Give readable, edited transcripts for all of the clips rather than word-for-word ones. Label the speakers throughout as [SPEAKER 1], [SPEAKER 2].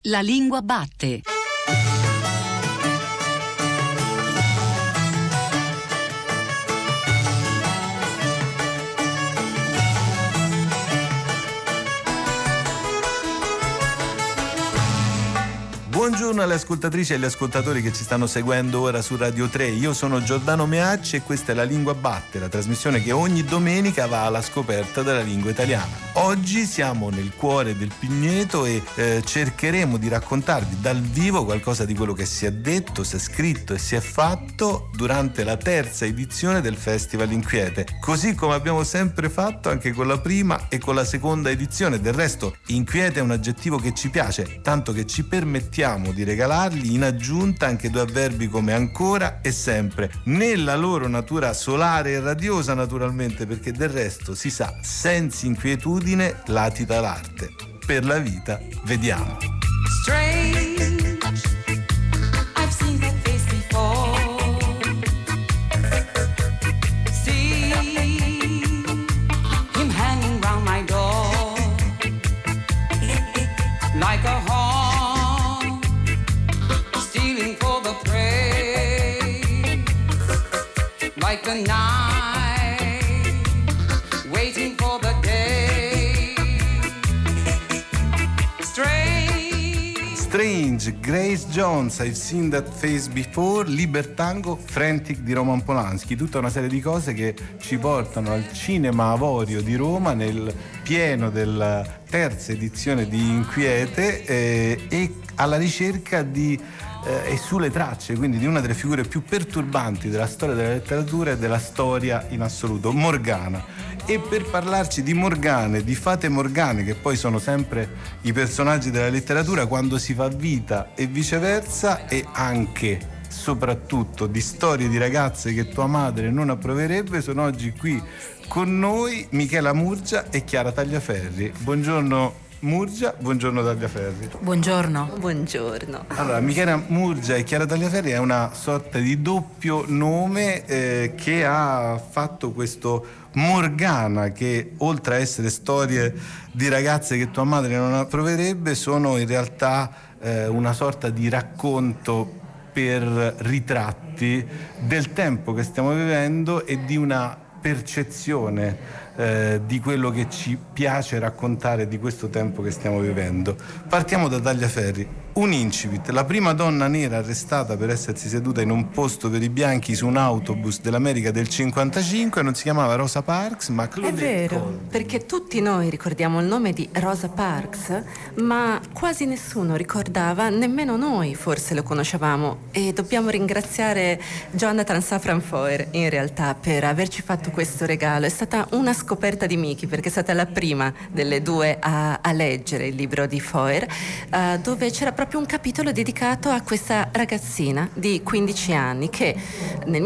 [SPEAKER 1] La lingua batte.
[SPEAKER 2] Buongiorno alle ascoltatrici e agli ascoltatori che ci stanno seguendo ora su Radio 3. Io sono Giordano Meacci e questa è La Lingua Batte, la trasmissione che ogni domenica va alla scoperta della lingua italiana. Oggi siamo nel cuore del Pigneto e cercheremo di raccontarvi dal vivo qualcosa di quello che si è detto, si è scritto e si è fatto durante la terza edizione del Festival Inquiete, così come abbiamo sempre fatto anche con la prima e con la seconda edizione. Del resto, inquiete è un aggettivo che ci piace, tanto che ci permettiamo di regalargli in aggiunta anche due avverbi come ancora e sempre, nella loro natura solare e radiosa naturalmente, perché del resto si sa, senza inquietudine latita l'arte. Per la vita vediamo.
[SPEAKER 3] Strange, I've seen that face before. See him hanging round my door like a hawk stealing for the prey, like the night waiting for the day.
[SPEAKER 2] Strange, Grace Jones, I've Seen That Face Before, Libertango, Frantic di Roman Polanski, tutta una serie di cose che ci portano al Cinema Avorio di Roma nel pieno della terza edizione di Inquiete e alla ricerca di e sulle tracce quindi di una delle figure più perturbanti della storia della letteratura e della storia in assoluto, Morgana. E per parlarci di Morgane, di fate morgane, che poi sono sempre i personaggi della letteratura quando si fa vita e viceversa, e anche soprattutto di storie di ragazze che tua madre non approverebbe, sono oggi qui con noi Michela Murgia e Chiara Tagliaferri. Buongiorno Murgia, buongiorno Tagliaferri.
[SPEAKER 4] Buongiorno.
[SPEAKER 3] Buongiorno.
[SPEAKER 2] Allora, Michela Murgia e Chiara Tagliaferri è una sorta di doppio nome che ha fatto questo Morgana, che oltre a essere storie di ragazze che tua madre non approverebbe, sono in realtà una sorta di racconto per ritratti del tempo che stiamo vivendo e di una percezione di quello che ci piace raccontare di questo tempo che stiamo vivendo. Partiamo da Tagliaferri. Un incipit: la prima donna nera arrestata per essersi seduta in un posto per i bianchi su un autobus dell'America del 55 non si chiamava Rosa Parks ma Claudette
[SPEAKER 3] È vero,
[SPEAKER 2] Colvin.
[SPEAKER 3] perché tutti noi ricordiamo il nome di Rosa Parks, ma quasi nessuno ricordava, nemmeno noi forse lo conoscevamo, e dobbiamo ringraziare Jonathan Safran Foer in realtà per averci fatto questo regalo. È stata una scoperta di Miki, perché è stata la prima delle due a leggere il libro di Foer, dove c'era proprio un capitolo dedicato a questa ragazzina di 15 anni che nel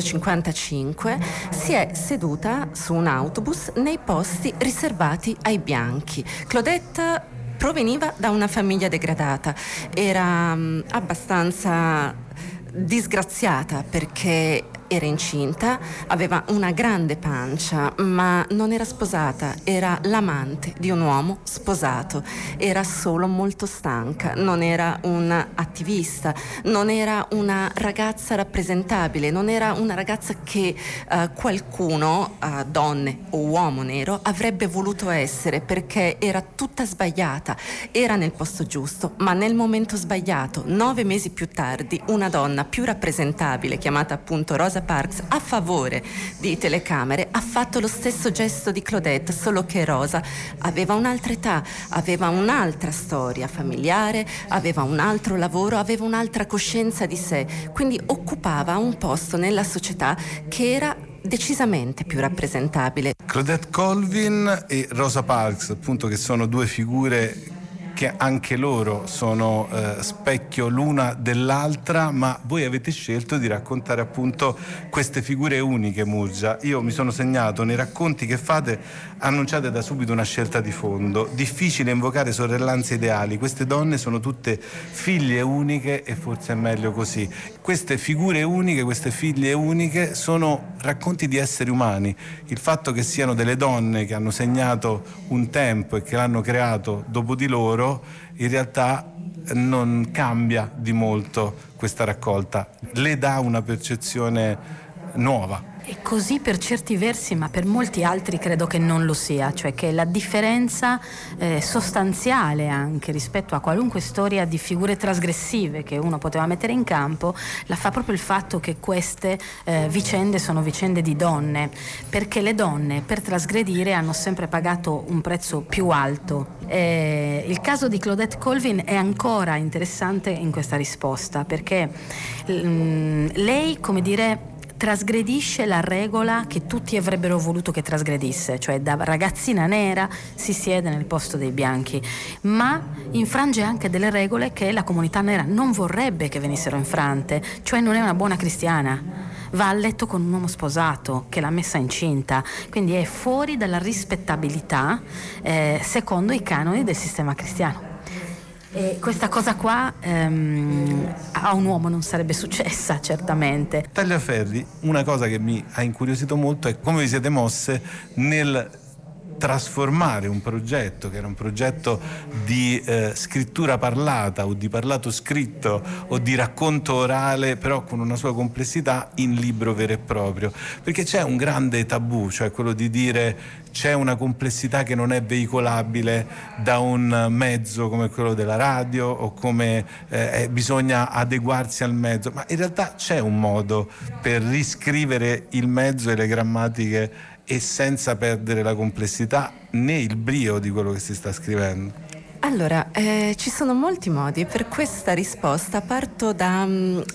[SPEAKER 3] 1955 si è seduta su un autobus nei posti riservati ai bianchi. Claudette proveniva da una famiglia degradata, era abbastanza disgraziata perché era incinta, aveva una grande pancia, ma non era sposata, era l'amante di un uomo sposato, era solo molto stanca, non era un'attivista, non era una ragazza rappresentabile, non era una ragazza che qualcuno, donne o uomo nero, avrebbe voluto essere, perché era tutta sbagliata, era nel posto giusto, ma nel momento sbagliato. 9 mesi più tardi, una donna più rappresentabile, chiamata appunto Rosa Parks, a favore di telecamere, ha fatto lo stesso gesto di Claudette, solo che Rosa aveva un'altra età, aveva un'altra storia familiare, aveva un altro lavoro, aveva un'altra coscienza di sé, quindi occupava un posto nella società che era decisamente più rappresentabile.
[SPEAKER 2] Claudette Colvin e Rosa Parks, appunto, che sono due figure che anche loro sono specchio l'una dell'altra, ma voi avete scelto di raccontare appunto queste figure uniche, Murgia. Io mi sono segnato nei racconti che fate, annunciate da subito una scelta di fondo: difficile invocare sorellanze ideali, queste donne sono tutte figlie uniche e forse è meglio così. Queste figure uniche, queste figlie uniche sono racconti di esseri umani. Il fatto che siano delle donne che hanno segnato un tempo e che l'hanno creato dopo di loro però in realtà non cambia di molto questa raccolta, le dà una percezione nuova.
[SPEAKER 1] E così per certi versi, ma per molti altri credo che non lo sia, cioè che la differenza sostanziale anche rispetto a qualunque storia di figure trasgressive che uno poteva mettere in campo, la fa proprio il fatto che queste vicende sono vicende di donne, perché le donne per trasgredire hanno sempre pagato un prezzo più alto. Il caso di Claudette Colvin è ancora interessante in questa risposta, perché lei, come dire, trasgredisce la regola che tutti avrebbero voluto che trasgredisse, cioè da ragazzina nera si siede nel posto dei bianchi, ma infrange anche delle regole che la comunità nera non vorrebbe che venissero infrante, cioè non è una buona cristiana, va a letto con un uomo sposato che l'ha messa incinta, quindi è fuori dalla rispettabilità secondo i canoni del sistema cristiano. E questa cosa qua a un uomo non sarebbe successa, certamente.
[SPEAKER 2] Tagliaferri, una cosa che mi ha incuriosito molto è come vi siete mosse nel trasformare un progetto che era un progetto di scrittura parlata o di parlato scritto o di racconto orale, però con una sua complessità, in libro vero e proprio, perché c'è un grande tabù, cioè quello di dire c'è una complessità che non è veicolabile da un mezzo come quello della radio o come bisogna adeguarsi al mezzo, ma in realtà c'è un modo per riscrivere il mezzo e le grammatiche e senza perdere la complessità né il brio di quello che si sta scrivendo.
[SPEAKER 3] Allora, ci sono molti modi. Per questa risposta parto da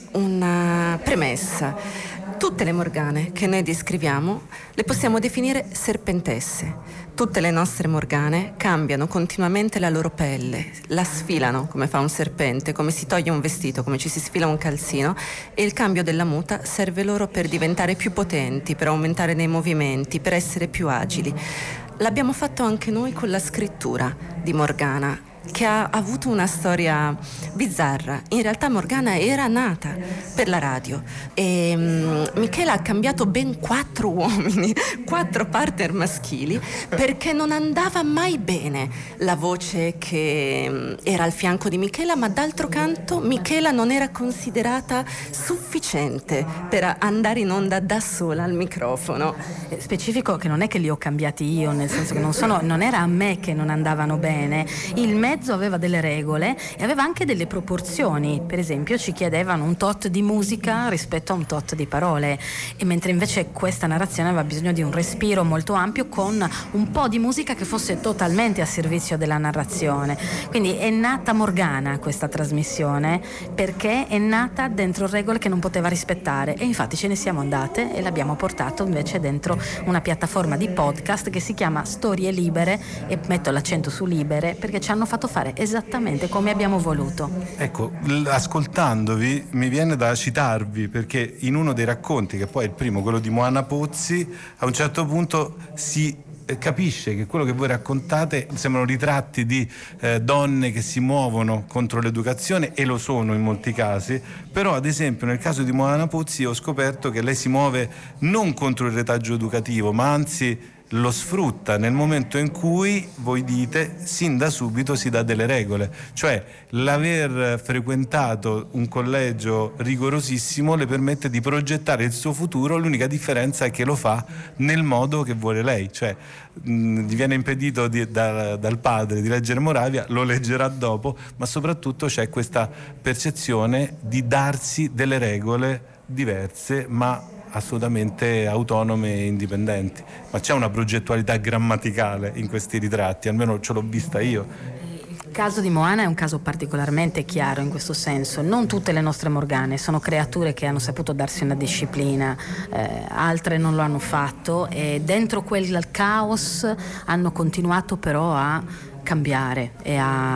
[SPEAKER 3] una premessa. Tutte le morgane che noi descriviamo le possiamo definire serpentesse. Tutte le nostre morgane cambiano continuamente la loro pelle, la sfilano come fa un serpente, come si toglie un vestito, come ci si sfila un calzino, e il cambio della muta serve loro per diventare più potenti, per aumentare nei movimenti, per essere più agili. L'abbiamo fatto anche noi con la scrittura di Morgana, che ha avuto una storia bizzarra. In realtà Morgana era nata per la radio e Michela ha cambiato ben 4 uomini, 4 partner maschili, perché non andava mai bene la voce che era al fianco di Michela, ma d'altro canto Michela non era considerata sufficiente per andare in onda da sola al microfono.
[SPEAKER 1] Specifico che non è che li ho cambiati io, nel senso che non era a me che non andavano bene, il mezzo aveva delle regole e aveva anche delle proporzioni. Per esempio ci chiedevano un tot di musica rispetto a un tot di parole, e mentre invece questa narrazione aveva bisogno di un respiro molto ampio con un po' di musica che fosse totalmente a servizio della narrazione. Quindi è nata Morgana questa trasmissione perché è nata dentro regole che non poteva rispettare, e infatti ce ne siamo andate e l'abbiamo portato invece dentro una piattaforma di podcast che si chiama Storie Libere, e metto l'accento su libere perché ci hanno fatto fare esattamente come abbiamo voluto.
[SPEAKER 2] Ecco, ascoltandovi mi viene da citarvi, perché in uno dei racconti, che poi è il primo, quello di Moana Pozzi, a un certo punto si capisce che quello che voi raccontate sembrano ritratti di donne che si muovono contro l'educazione, e lo sono in molti casi, però ad esempio nel caso di Moana Pozzi ho scoperto che lei si muove non contro il retaggio educativo, ma anzi lo sfrutta nel momento in cui, voi dite, sin da subito si dà delle regole, cioè l'aver frequentato un collegio rigorosissimo le permette di progettare il suo futuro. L'unica differenza è che lo fa nel modo che vuole lei, cioè gli viene impedito dal padre di leggere Moravia, lo leggerà dopo, ma soprattutto c'è questa percezione di darsi delle regole diverse ma assolutamente autonome e indipendenti. Ma c'è una progettualità grammaticale in questi ritratti, almeno ce l'ho vista io.
[SPEAKER 1] Il caso di Moana è un caso particolarmente chiaro in questo senso. Non tutte le nostre morgane sono creature che hanno saputo darsi una disciplina, altre non lo hanno fatto, e dentro quel caos hanno continuato però a cambiare, e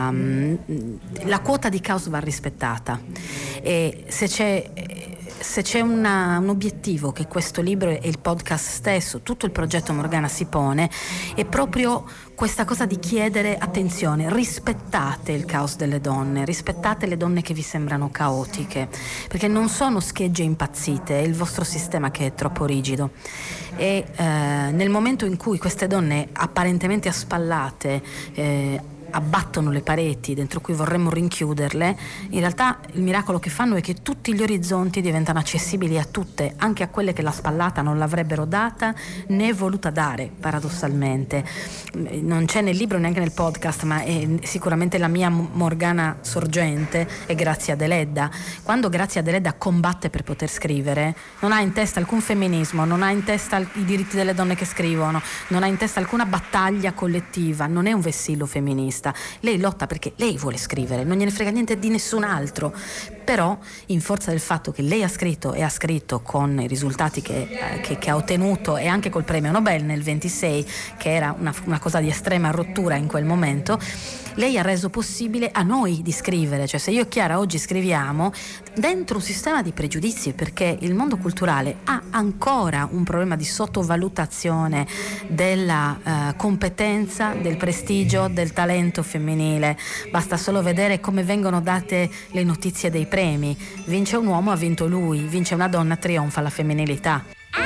[SPEAKER 1] la quota di caos va rispettata, e se c'è un obiettivo che questo libro e il podcast stesso, tutto il progetto Morgana si pone, è proprio questa cosa di chiedere attenzione, rispettate il caos delle donne, rispettate le donne che vi sembrano caotiche, perché non sono schegge impazzite, è il vostro sistema che è troppo rigido. E nel momento in cui queste donne apparentemente aspallate abbattono le pareti dentro cui vorremmo rinchiuderle, in realtà il miracolo che fanno è che tutti gli orizzonti diventano accessibili a tutte, anche a quelle che la spallata non l'avrebbero data né voluta dare, paradossalmente. Non c'è nel libro, neanche nel podcast, ma è sicuramente la mia Morgana sorgente è Grazia Deledda. Quando Grazia Deledda combatte per poter scrivere, non ha in testa alcun femminismo, non ha in testa i diritti delle donne che scrivono, non ha in testa alcuna battaglia collettiva, non è un vessillo femminista. Lei lotta perché lei vuole scrivere, non gliene frega niente di nessun altro, però in forza del fatto che lei ha scritto e ha scritto con i risultati che ha ottenuto, e anche col premio Nobel nel 26, che era una cosa di estrema rottura in quel momento, lei ha reso possibile a noi di scrivere. Cioè, se io e Chiara oggi scriviamo dentro un sistema di pregiudizi, perché il mondo culturale ha ancora un problema di sottovalutazione della competenza, del prestigio, del talento femminile. Basta solo vedere come vengono date le notizie dei premi. Vince un uomo, ha vinto lui; vince una donna, trionfa la femminilità.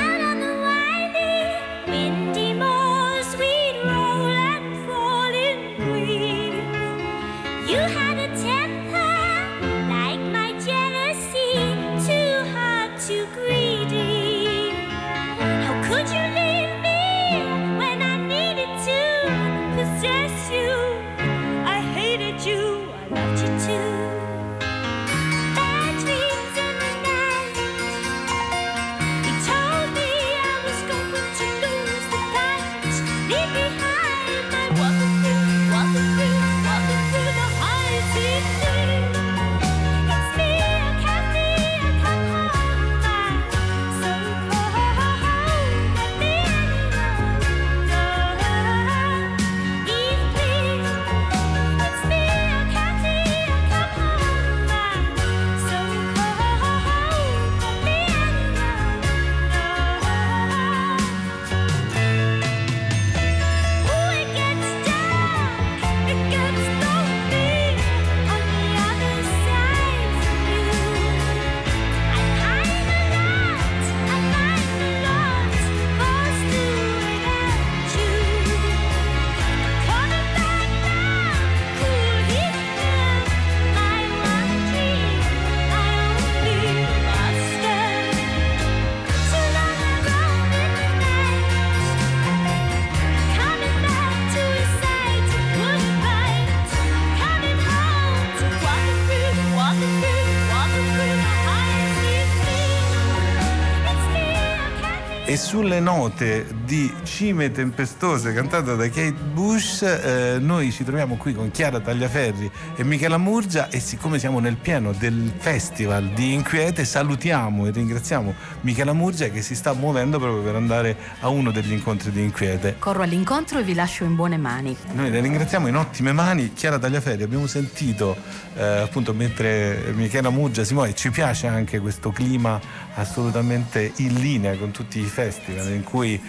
[SPEAKER 2] E sulle note di Cime tempestose cantata da Kate Bush, noi ci troviamo qui con Chiara Tagliaferri e Michela Murgia, e siccome siamo nel pieno del festival di Inquiete, salutiamo e ringraziamo Michela Murgia che si sta muovendo proprio per andare a uno degli incontri di Inquiete.
[SPEAKER 1] Corro all'incontro e vi lascio in buone mani.
[SPEAKER 2] Noi le ringraziamo in ottime mani. Chiara Tagliaferri, abbiamo sentito appunto mentre Michela Murgia si muove, ci piace anche questo clima assolutamente in linea con tutti i festival in cui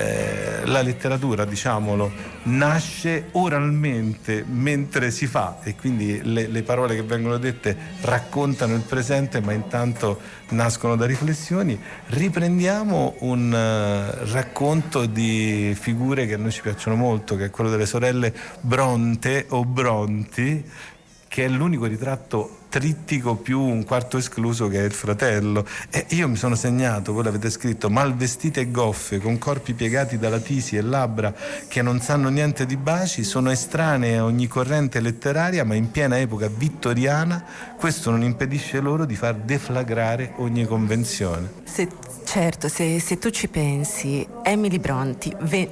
[SPEAKER 2] la letteratura, diciamolo, nasce oralmente mentre si fa, e quindi le parole che vengono dette raccontano il presente, ma intanto nascono da riflessioni. Riprendiamo un racconto di figure che a noi ci piacciono molto, che è quello delle sorelle Bronte o Bronti, che è l'unico ritratto trittico più un quarto escluso, che è il fratello. E io mi sono segnato, voi l'avete scritto: malvestite e goffe, con corpi piegati dalla tisi e labbra che non sanno niente di baci, sono estranee a ogni corrente letteraria, ma in piena epoca vittoriana questo non impedisce loro di far deflagrare ogni convenzione.
[SPEAKER 3] Certo, se tu ci pensi, Emily Bronte,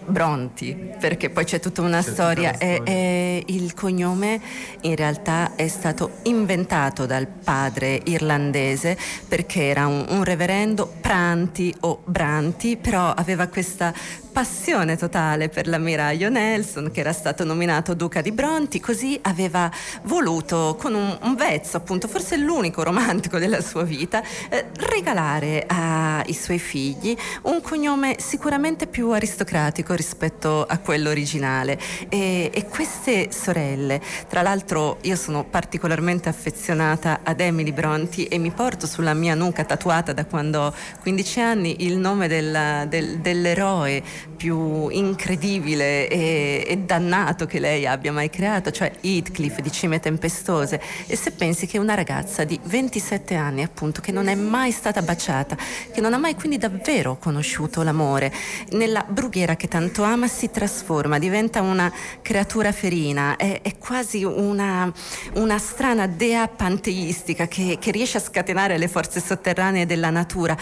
[SPEAKER 3] perché poi c'è tutta una storia, e il cognome in realtà è stato inventato dal padre irlandese, perché era un reverendo Pranti o Branti, però aveva questa passione totale per l'ammiraglio Nelson, che era stato nominato duca di Bronte. Così aveva voluto, con un vezzo, appunto, forse l'unico romantico della sua vita, regalare ai suoi figli un cognome sicuramente più aristocratico rispetto a quello originale. E queste sorelle, tra l'altro io sono particolarmente affezionata ad Emily Bronte e mi porto sulla mia nuca tatuata da quando ho 15 anni il nome dell'eroe più incredibile e dannato che lei abbia mai creato, cioè Heathcliff di Cime Tempestose. E se pensi che una ragazza di 27 anni, appunto, che non è mai stata baciata, che non ha mai quindi davvero conosciuto l'amore, nella brughiera che tanto ama si trasforma, diventa una creatura ferina, è quasi una strana dea panteistica che riesce a scatenare le forze sotterranee della natura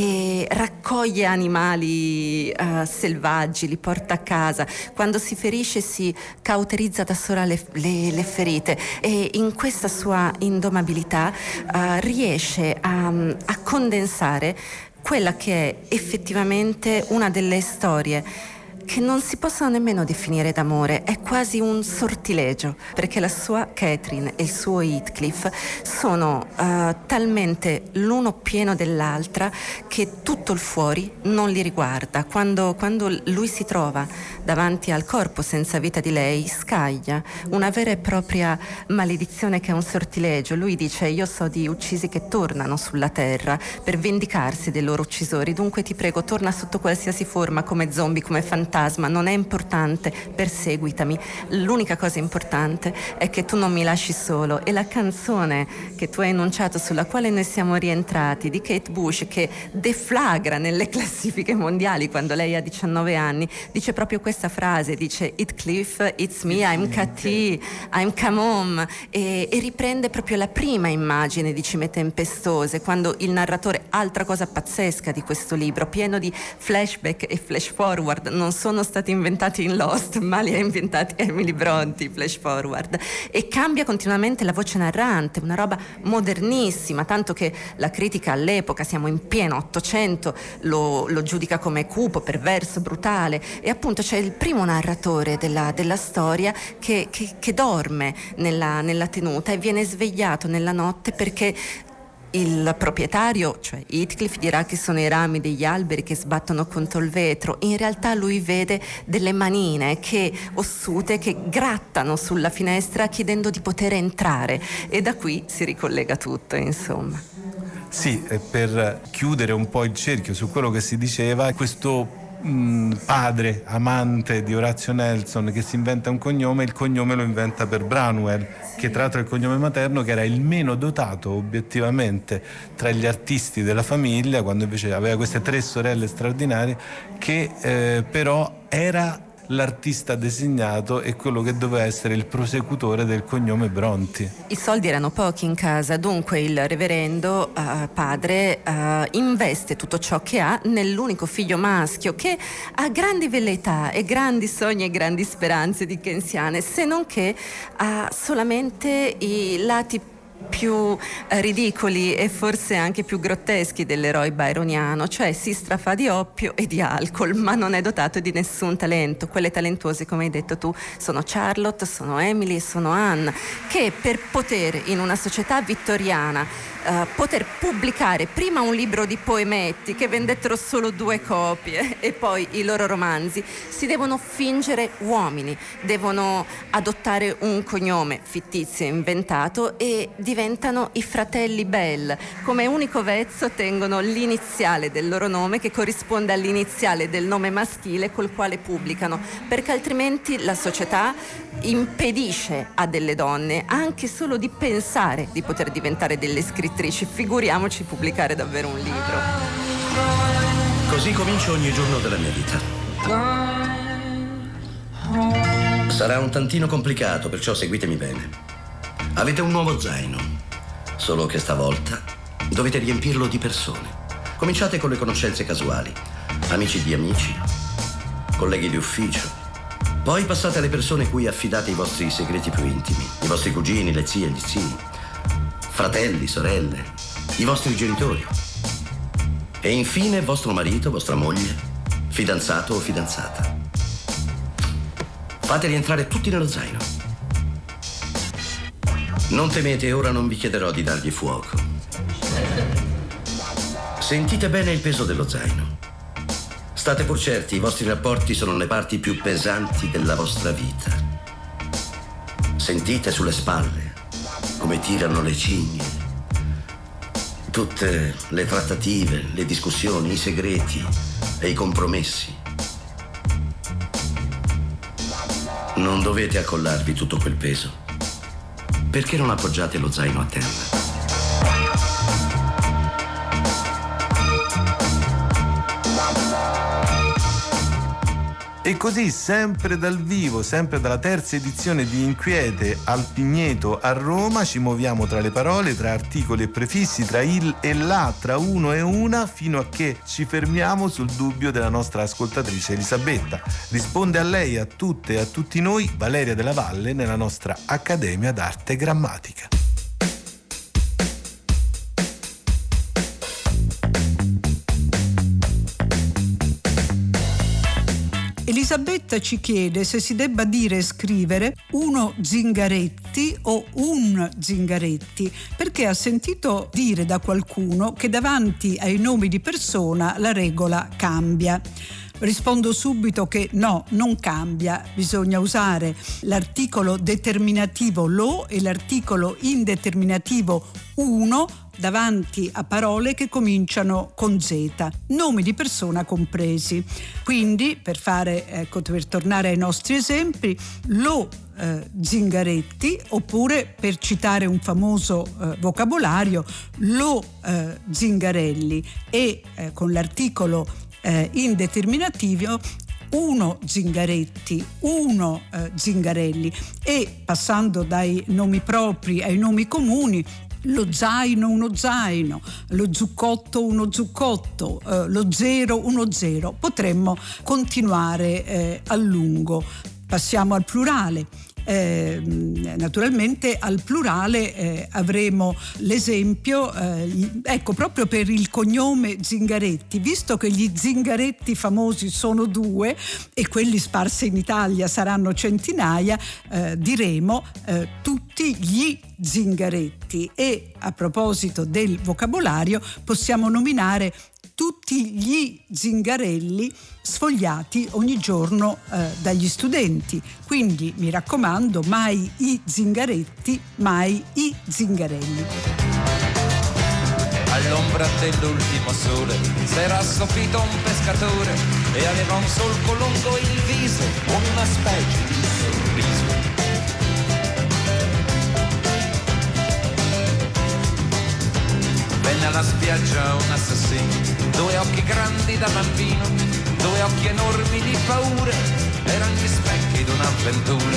[SPEAKER 3] e raccoglie animali selvaggi, li porta a casa. Quando si ferisce si cauterizza da sola le ferite e in questa sua indomabilità riesce a condensare quella che è effettivamente una delle storie che non si possono nemmeno definire d'amore, è quasi un sortilegio, perché la sua Catherine e il suo Heathcliff sono talmente l'uno pieno dell'altra che tutto il fuori non li riguarda. Quando lui si trova davanti al corpo senza vita di lei, scaglia una vera e propria maledizione che è un sortilegio. Lui dice: io so di uccisi che tornano sulla terra per vendicarsi dei loro uccisori, dunque ti prego, torna sotto qualsiasi forma, come zombie, come fantasma, non è importante, perseguitami, l'unica cosa importante è che tu non mi lasci solo. E la canzone che tu hai enunciato, sulla quale noi siamo rientrati, di Kate Bush, che deflagra nelle classifiche mondiali quando lei ha 19 anni, dice proprio questa frase, dice Heathcliff, it's me, I'm Cathy, I'm come home, e riprende proprio la prima immagine di Cime Tempestose, quando il narratore, altra cosa pazzesca di questo libro, pieno di flashback e flash forward, non sono stati inventati in Lost, ma li ha inventati Emily Brontë, flash forward, e cambia continuamente la voce narrante, una roba modernissima, tanto che la critica all'epoca, siamo in pieno 800, lo giudica come cupo, perverso, brutale. E appunto c'è il primo narratore della storia che dorme nella tenuta e viene svegliato nella notte perché il proprietario, cioè Heathcliff, dirà che sono i rami degli alberi che sbattono contro il vetro. In realtà lui vede delle manine ossute che grattano sulla finestra chiedendo di poter entrare, e da qui si ricollega tutto, insomma.
[SPEAKER 2] Sì, per chiudere un po' il cerchio su quello che si diceva, questo padre amante di Orazio Nelson che si inventa un cognome, il cognome lo inventa per Branwell, che tra l'altro è il cognome materno, che era il meno dotato obiettivamente tra gli artisti della famiglia, quando invece aveva queste 3 sorelle straordinarie, che però era l'artista designato e quello che doveva essere il prosecutore del cognome Brontë.
[SPEAKER 3] I soldi erano pochi in casa, dunque il reverendo padre investe tutto ciò che ha nell'unico figlio maschio, che ha grandi velleità e grandi sogni e grandi speranze dickensiane, se non che ha solamente i lati più ridicoli e forse anche più grotteschi dell'eroe byroniano, cioè si strafà di oppio e di alcol, ma non è dotato di nessun talento. Quelle talentuose, come hai detto tu, sono Charlotte, sono Emily e sono Anne, che per poter, in una società vittoriana, poter pubblicare prima un libro di poemetti che vendettero solo 2 copie e poi i loro romanzi, si devono fingere uomini, devono adottare un cognome fittizio e inventato e diventano i fratelli Bell. Come unico vezzo tengono l'iniziale del loro nome, che corrisponde all'iniziale del nome maschile col quale pubblicano, perché altrimenti la società impedisce a delle donne anche solo di pensare di poter diventare delle scrittrici, figuriamoci pubblicare davvero un libro.
[SPEAKER 4] Così comincio ogni giorno della mia vita. Sarà un tantino complicato, perciò seguitemi bene. Avete un nuovo zaino, solo che stavolta dovete riempirlo di persone. Cominciate con le conoscenze casuali, amici di amici, colleghi di ufficio. Poi passate alle persone cui affidate i vostri segreti più intimi, i vostri cugini, le zie, gli zii, fratelli, sorelle, i vostri genitori. E infine vostro marito, vostra moglie, fidanzato o fidanzata. Fateli entrare tutti nello zaino. Non temete, ora non vi chiederò di dargli fuoco. Sentite bene il peso dello zaino. State pur certi, i vostri rapporti sono le parti più pesanti della vostra vita. Sentite sulle spalle come tirano le cinghie. Tutte le trattative, le discussioni, i segreti e i compromessi. Non dovete accollarvi tutto quel peso. Perché non appoggiate lo zaino a terra?
[SPEAKER 2] E così, sempre dal vivo, sempre dalla terza edizione di Inquiete al Pigneto a Roma, ci muoviamo tra le parole, tra articoli e prefissi, tra il e la, tra uno e una, fino a che ci fermiamo sul dubbio della nostra ascoltatrice Elisabetta. Risponde a lei, a tutte e a tutti noi, Valeria Della Valle, nella nostra Accademia d'Arte Grammatica.
[SPEAKER 5] Elisabetta ci chiede se si debba dire e scrivere uno Zingaretti o un Zingaretti, perché ha sentito dire da qualcuno che davanti ai nomi di persona la regola cambia. Rispondo subito che no, non cambia, bisogna usare l'articolo determinativo lo e l'articolo indeterminativo uno davanti a parole che cominciano con Z, nomi di persona compresi. Quindi, per tornare ai nostri esempi, lo Zingaretti, oppure, per citare un famoso vocabolario, lo Zingarelli, e con l'articolo indeterminativo uno Zingaretti, uno Zingarelli, e passando dai nomi propri ai nomi comuni, lo zaino, uno zaino, lo zuccotto, uno zuccotto, lo zero, uno zero. Potremmo continuare a lungo. Passiamo al plurale. Naturalmente al plurale avremo l'esempio, proprio per il cognome Zingaretti, visto che gli Zingaretti famosi sono 2 e quelli sparsi in Italia saranno centinaia, diremo tutti gli Zingaretti. E a proposito del vocabolario, possiamo nominare tutti gli zingarelli sfogliati ogni giorno dagli studenti. Quindi mi raccomando, mai i zingaretti, mai i zingarelli.
[SPEAKER 6] All'ombra dell'ultimo sole s'era assopito un pescatore e aveva un solco lungo il viso, una specie di sorriso. Venne alla spiaggia un assassino, 2 occhi grandi da bambino, 2 occhi enormi di paura, erano gli specchi di un'avventura.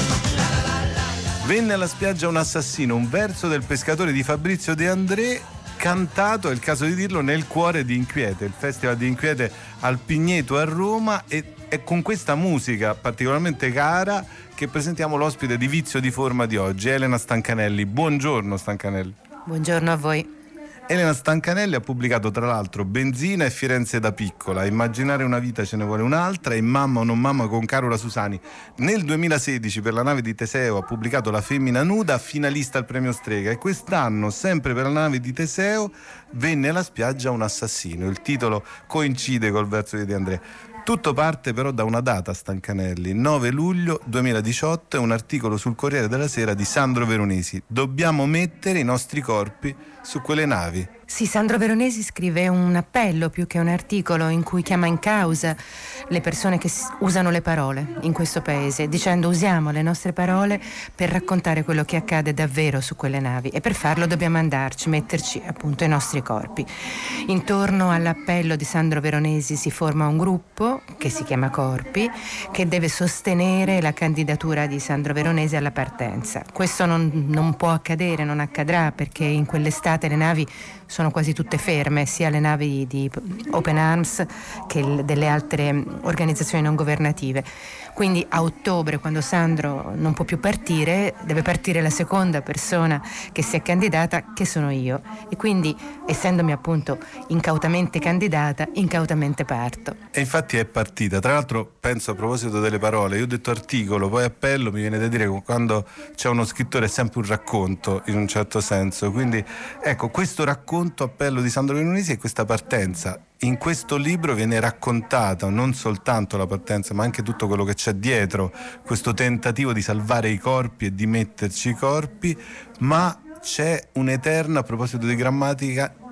[SPEAKER 2] Venne alla spiaggia un assassino, un verso del pescatore di Fabrizio De André, cantato, è il caso di dirlo, nel cuore di Inquiete, il Festival di Inquiete al Pigneto a Roma, e è con questa musica particolarmente cara che presentiamo l'ospite di Vizio di Forma di oggi, Elena Stancanelli. Buongiorno Stancanelli.
[SPEAKER 3] Buongiorno a voi.
[SPEAKER 2] Elena Stancanelli ha pubblicato tra l'altro Benzina e Firenze da piccola, Immaginare una vita ce ne vuole un'altra e Mamma o non mamma con Carola Susani. Nel 2016 per La nave di Teseo ha pubblicato La femmina nuda, finalista al premio Strega, e quest'anno, sempre per La nave di Teseo, Venne alla spiaggia un assassino. Il titolo coincide col verso di De André. Tutto parte però da una data, Stancanelli, 9 luglio 2018, è un articolo sul Corriere della Sera di Sandro Veronesi. Dobbiamo mettere i nostri corpi su quelle navi.
[SPEAKER 7] Sì, Sandro Veronesi scrive un appello più che un articolo in cui chiama in causa le persone che usano le parole in questo paese, dicendo: usiamo le nostre parole per raccontare quello che accade davvero su quelle navi, e per farlo dobbiamo andarci, metterci appunto i nostri corpi. Intorno all'appello di Sandro Veronesi si forma un gruppo che si chiama Corpi, che deve sostenere la candidatura di Sandro Veronesi alla partenza. Questo non può accadere, non accadrà, perché in quell'estate le navi sono quasi tutte ferme, sia le navi di Open Arms che delle altre organizzazioni non governative. Quindi a ottobre, quando Sandro non può più partire, deve partire la seconda persona che si è candidata, che sono io. E quindi, essendomi appunto incautamente candidata, incautamente parto.
[SPEAKER 2] E infatti è partita. Tra l'altro, penso, a proposito delle parole, io ho detto articolo, poi appello, mi viene da dire che quando c'è uno scrittore è sempre un racconto, in un certo senso. Quindi, ecco, questo racconto, appello di Sandro Veronesi, è questa partenza. In questo libro viene raccontata non soltanto la partenza, ma anche tutto quello che c'è dietro, questo tentativo di salvare i corpi e di metterci i corpi, ma c'è un'eterna, a proposito di grammatica,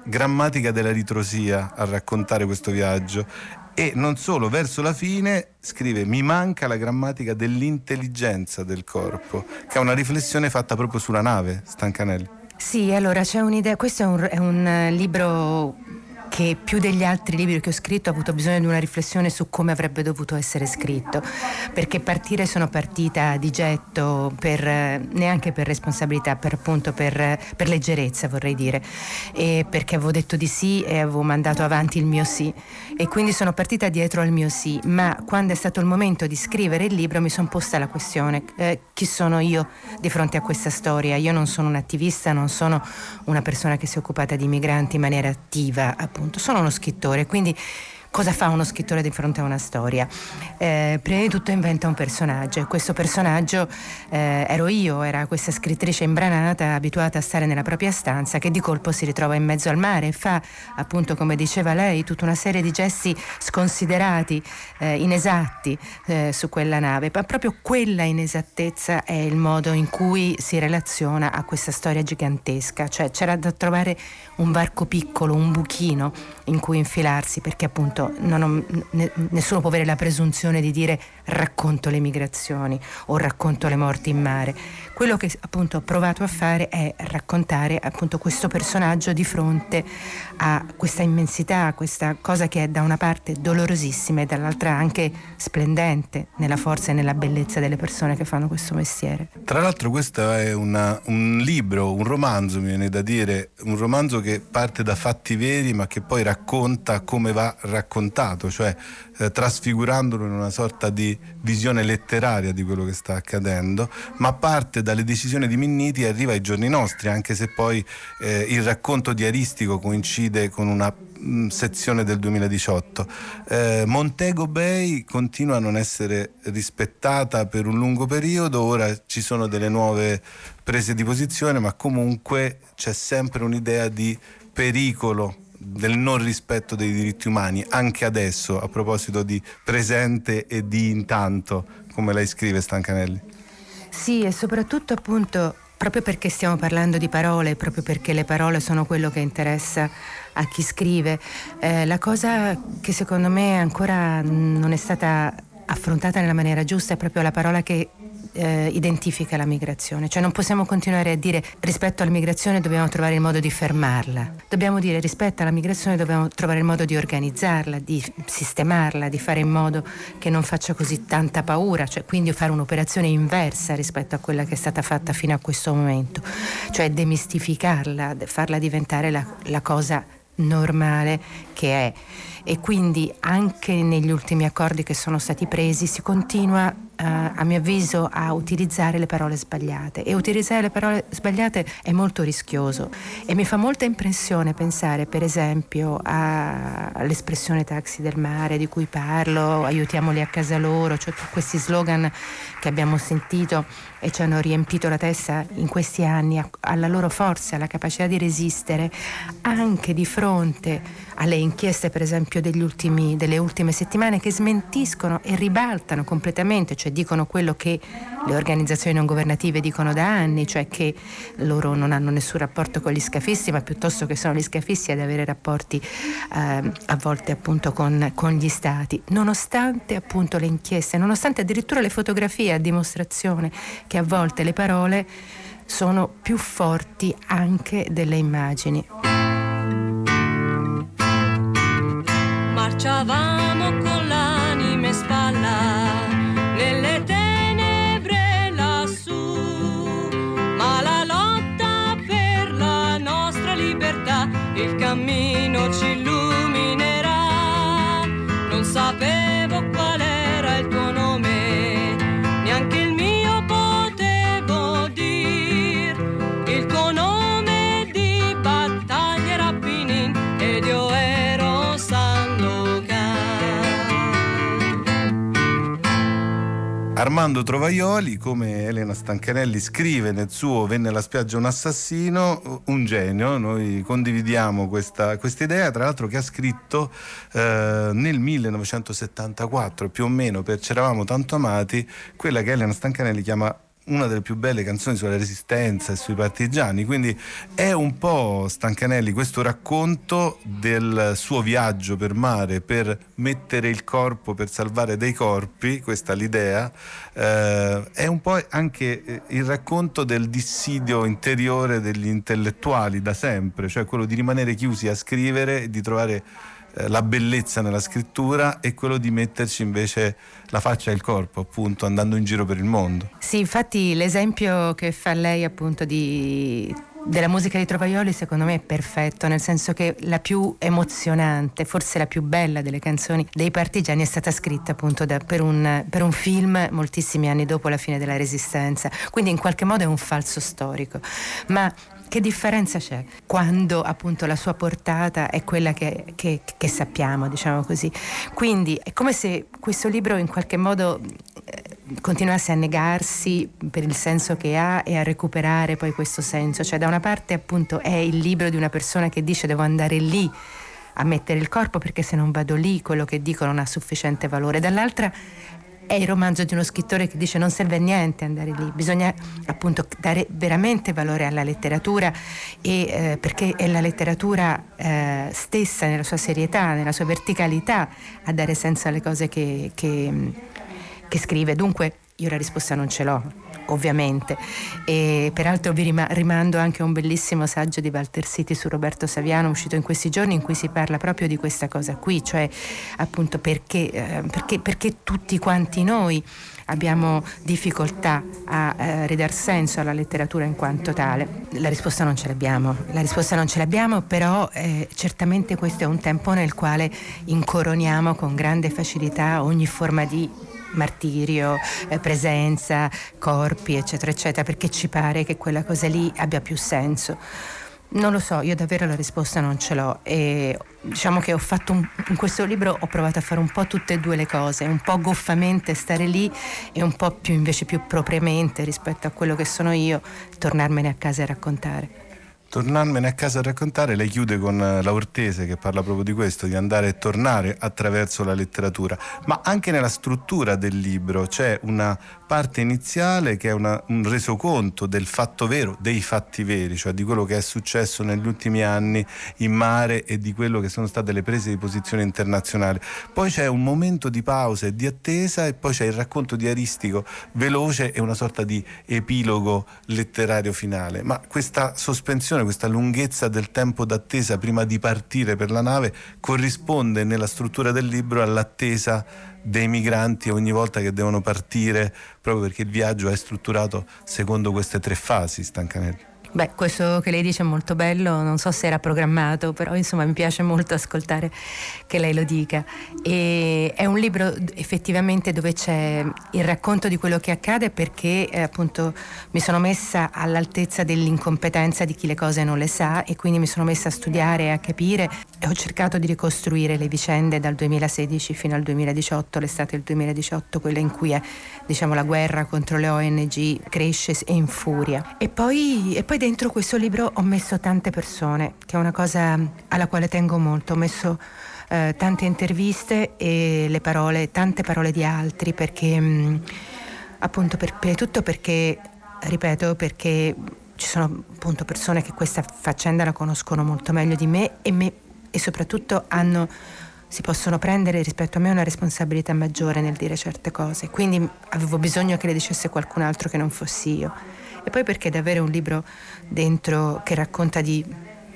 [SPEAKER 2] grammatica della ritrosia a raccontare questo viaggio. E non solo, verso la fine scrive: mi manca la grammatica dell'intelligenza del corpo, che è una riflessione fatta proprio sulla nave, Stancanelli.
[SPEAKER 7] Sì, allora c'è un'idea, questo è un libro che più degli altri libri che ho scritto ha avuto bisogno di una riflessione su come avrebbe dovuto essere scritto, perché sono partita di getto neanche per responsabilità, per leggerezza, vorrei dire, e perché avevo detto di sì e avevo mandato avanti il mio sì, e quindi sono partita dietro al mio sì. Ma quando è stato il momento di scrivere il libro mi sono posta la questione: chi sono io di fronte a questa storia? Io non sono un attivista, non sono una persona che si è occupata di migranti in maniera attiva, appunto. Sono uno scrittore, quindi cosa fa uno scrittore di fronte a una storia? Prima di tutto inventa un personaggio, e questo personaggio ero io, era questa scrittrice imbranata, abituata a stare nella propria stanza, che di colpo si ritrova in mezzo al mare e fa, appunto, come diceva lei, tutta una serie di gesti sconsiderati, inesatti su quella nave. Ma proprio quella inesattezza è il modo in cui si relaziona a questa storia gigantesca, cioè c'era da trovare un varco piccolo, un buchino in cui infilarsi, perché appunto nessuno può avere la presunzione di dire racconto le migrazioni o racconto le morti in mare. Quello che appunto ho provato a fare è raccontare appunto questo personaggio di fronte a questa immensità, a questa cosa che è da una parte dolorosissima e dall'altra anche splendente nella forza e nella bellezza delle persone che fanno questo mestiere.
[SPEAKER 2] Tra l'altro questo è un libro, un romanzo, mi viene da dire, un romanzo che parte da fatti veri ma che poi racconta come va raccontato, cioè trasfigurandolo in una sorta di visione letteraria di quello che sta accadendo, ma parte dalle decisioni di Minniti e arriva ai giorni nostri, anche se poi il racconto diaristico coincide con una sezione del 2018. Montego Bay continua a non essere rispettata per un lungo periodo, ora ci sono delle nuove prese di posizione, ma comunque c'è sempre un'idea di pericolo del non rispetto dei diritti umani, anche adesso, a proposito di presente e di intanto, come lei scrive, Stancanelli.
[SPEAKER 7] Sì, e soprattutto appunto proprio perché stiamo parlando di parole, proprio perché le parole sono quello che interessa a chi scrive, la cosa che secondo me ancora non è stata affrontata nella maniera giusta è proprio la parola che identifica la migrazione. Cioè non possiamo continuare a dire rispetto alla migrazione dobbiamo trovare il modo di fermarla, dobbiamo dire rispetto alla migrazione dobbiamo trovare il modo di organizzarla, di sistemarla, di fare in modo che non faccia così tanta paura, cioè quindi fare un'operazione inversa rispetto a quella che è stata fatta fino a questo momento, cioè demistificarla, farla diventare la cosa normale che è. E quindi anche negli ultimi accordi che sono stati presi si continua a mio avviso a utilizzare le parole sbagliate, e utilizzare le parole sbagliate è molto rischioso, e mi fa molta impressione pensare per esempio all'espressione taxi del mare di cui parlo, aiutiamoli a casa loro, cioè questi slogan che abbiamo sentito e ci hanno riempito la testa in questi anni, alla loro forza, alla capacità di resistere anche di fronte alle inchieste per esempio delle ultime settimane, che smentiscono e ribaltano completamente, cioè dicono quello che le organizzazioni non governative dicono da anni, cioè che loro non hanno nessun rapporto con gli scafisti, ma piuttosto che sono gli scafisti ad avere rapporti a volte appunto con gli stati, nonostante appunto le inchieste, nonostante addirittura le fotografie a dimostrazione che a volte le parole sono più forti anche delle immagini.
[SPEAKER 8] Marciavamo con l'anima in spalla nelle tenebre lassù, ma la lotta per la nostra libertà il cammino ci illuminerà. Non sapevo qual era il tuo nome, neanche il mio potevo dir, il tuo nome di battaglia era Pinin ed io ero Sandokan.
[SPEAKER 2] Armando Trovaioli, come Elena Stancanelli scrive nel suo Venne alla spiaggia un assassino, un genio. Noi condividiamo questa idea, tra l'altro, che ha scritto nel 1974 più o meno per C'eravamo tanto amati, quella che Elena Stancanelli chiama una delle più belle canzoni sulla resistenza e sui partigiani, quindi è un po' Stancanelli questo racconto del suo viaggio per mare, per mettere il corpo, per salvare dei corpi, questa è l'idea, è un po' anche il racconto del dissidio interiore degli intellettuali da sempre, cioè quello di rimanere chiusi a scrivere e di trovare la bellezza nella scrittura e quello di metterci invece la faccia e il corpo, appunto, andando in giro per il mondo.
[SPEAKER 7] Sì, infatti l'esempio che fa lei appunto della musica di Trovaioli secondo me è perfetto, nel senso che la più emozionante, forse la più bella delle canzoni dei partigiani è stata scritta appunto per un film moltissimi anni dopo la fine della Resistenza, quindi in qualche modo è un falso storico, ma che differenza c'è quando appunto la sua portata è quella che sappiamo, diciamo così. Quindi è come se questo libro in qualche modo continuasse a negarsi per il senso che ha e a recuperare poi questo senso. Cioè da una parte appunto è il libro di una persona che dice devo andare lì a mettere il corpo perché se non vado lì quello che dico non ha sufficiente valore. Dall'altra è il romanzo di uno scrittore che dice non serve a niente andare lì, bisogna appunto dare veramente valore alla letteratura e perché è la letteratura stessa nella sua serietà, nella sua verticalità a dare senso alle cose che scrive. Dunque io la risposta non ce l'ho, ovviamente, e peraltro vi rimando anche a un bellissimo saggio di Walter Siti su Roberto Saviano uscito in questi giorni, in cui si parla proprio di questa cosa qui, cioè appunto perché tutti quanti noi abbiamo difficoltà a ridar senso alla letteratura in quanto tale. La risposta non ce l'abbiamo, però certamente questo è un tempo nel quale incoroniamo con grande facilità ogni forma di martirio, presenza, corpi, eccetera, eccetera, perché ci pare che quella cosa lì abbia più senso. Non lo so, io davvero la risposta non ce l'ho e diciamo che in questo libro ho provato a fare un po' tutte e due le cose, un po' goffamente stare lì e un po' più invece più propriamente rispetto a quello che sono io, tornarmene a casa e raccontare.
[SPEAKER 2] Tornarmene a casa a raccontare, lei chiude con La Ortese che parla proprio di questo, di andare e tornare attraverso la letteratura, ma anche nella struttura del libro c'è una parte iniziale che è un resoconto del fatto vero, dei fatti veri, cioè di quello che è successo negli ultimi anni in mare e di quello che sono state le prese di posizione internazionali. Poi c'è un momento di pausa e di attesa e poi c'è il racconto diaristico veloce e una sorta di epilogo letterario finale. Ma questa sospensione, questa lunghezza del tempo d'attesa prima di partire per la nave corrisponde nella struttura del libro all'attesa dei migranti ogni volta che devono partire, proprio perché il viaggio è strutturato secondo queste tre fasi, Stancanelli.
[SPEAKER 7] Beh, questo che lei dice è molto bello, non so se era programmato, però insomma mi piace molto ascoltare che lei lo dica. E è un libro effettivamente dove c'è il racconto di quello che accade perché appunto mi sono messa all'altezza dell'incompetenza di chi le cose non le sa e quindi mi sono messa a studiare e a capire e ho cercato di ricostruire le vicende dal 2016 fino al 2018, l'estate del 2018, quella in cui diciamo la guerra contro le ONG cresce e infuria. E poi dentro questo libro ho messo tante persone, che è una cosa alla quale tengo molto. Ho messo tante interviste e tante parole di altri, perché appunto per tutto perché, ripeto, perché ci sono appunto persone che questa faccenda la conoscono molto meglio di me e soprattutto si possono prendere rispetto a me una responsabilità maggiore nel dire certe cose. Quindi avevo bisogno che le dicesse qualcun altro che non fossi io. E poi perché davvero è un libro dentro che racconta di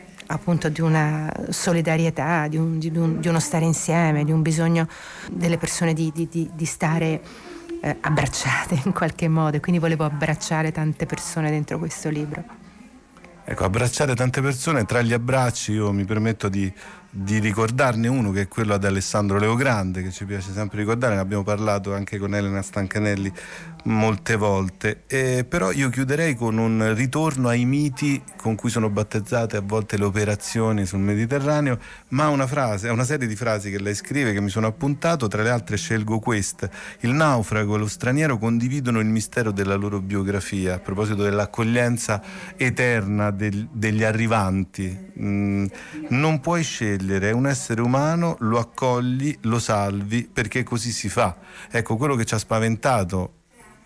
[SPEAKER 7] una solidarietà, di uno stare insieme, di un bisogno delle persone di stare abbracciate in qualche modo, e quindi volevo abbracciare tante persone dentro questo libro.
[SPEAKER 2] Ecco, abbracciare tante persone, tra gli abbracci io mi permetto di ricordarne uno, che è quello ad Alessandro Leogrande, che ci piace sempre ricordare, ne abbiamo parlato anche con Elena Stancanelli molte volte, però io chiuderei con un ritorno ai miti con cui sono battezzate a volte le operazioni sul Mediterraneo, ma una serie di frasi che lei scrive che mi sono appuntato, tra le altre scelgo queste: il naufrago e lo straniero condividono il mistero della loro biografia, a proposito dell'accoglienza eterna degli arrivanti. Non puoi scegliere, è un essere umano, lo accogli, lo salvi, perché così si fa. Ecco, quello che ci ha spaventato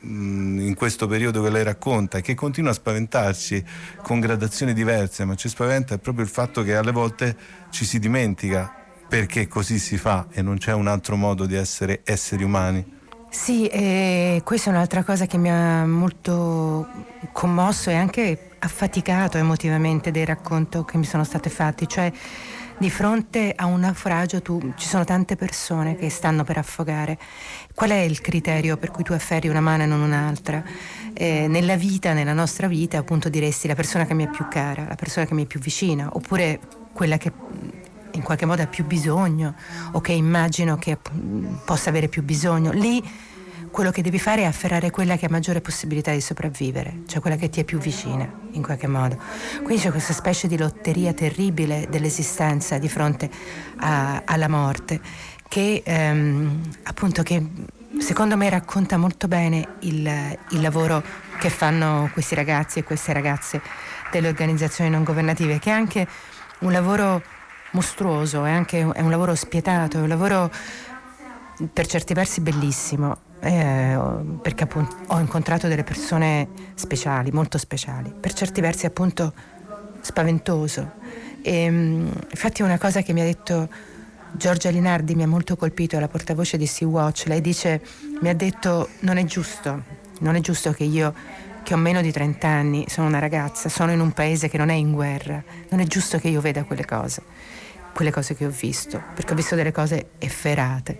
[SPEAKER 2] in questo periodo che lei racconta e che continua a spaventarci con gradazioni diverse, ma ci spaventa è proprio il fatto che alle volte ci si dimentica perché così si fa e non c'è un altro modo di essere esseri umani.
[SPEAKER 7] Sì, questa è un'altra cosa che mi ha molto commosso e anche affaticato emotivamente dei racconti che mi sono state fatti, cioè di fronte a un naufragio ci sono tante persone che stanno per affogare. Qual è il criterio per cui tu afferri una mano e non un'altra? Nella vita, nella nostra vita, appunto diresti la persona che mi è più cara, la persona che mi è più vicina, oppure quella che in qualche modo ha più bisogno o che immagino che possa avere più bisogno. Lì quello che devi fare è afferrare quella che ha maggiore possibilità di sopravvivere, cioè quella che ti è più vicina in qualche modo. Quindi c'è questa specie di lotteria terribile dell'esistenza di fronte alla morte che appunto che secondo me racconta molto bene il lavoro che fanno questi ragazzi e queste ragazze delle organizzazioni non governative, che è anche un lavoro mostruoso, è un lavoro spietato, è un lavoro per certi versi bellissimo, perché appunto ho incontrato delle persone speciali, molto speciali, per certi versi appunto spaventoso. Infatti una cosa che mi ha detto Giorgia Linardi mi ha molto colpito, è la portavoce di Sea-Watch. Lei mi ha detto non è giusto che io, che ho meno di 30 anni, sono una ragazza, sono in un paese che non è in guerra, non è giusto che io veda quelle cose che ho visto, perché ho visto delle cose efferate.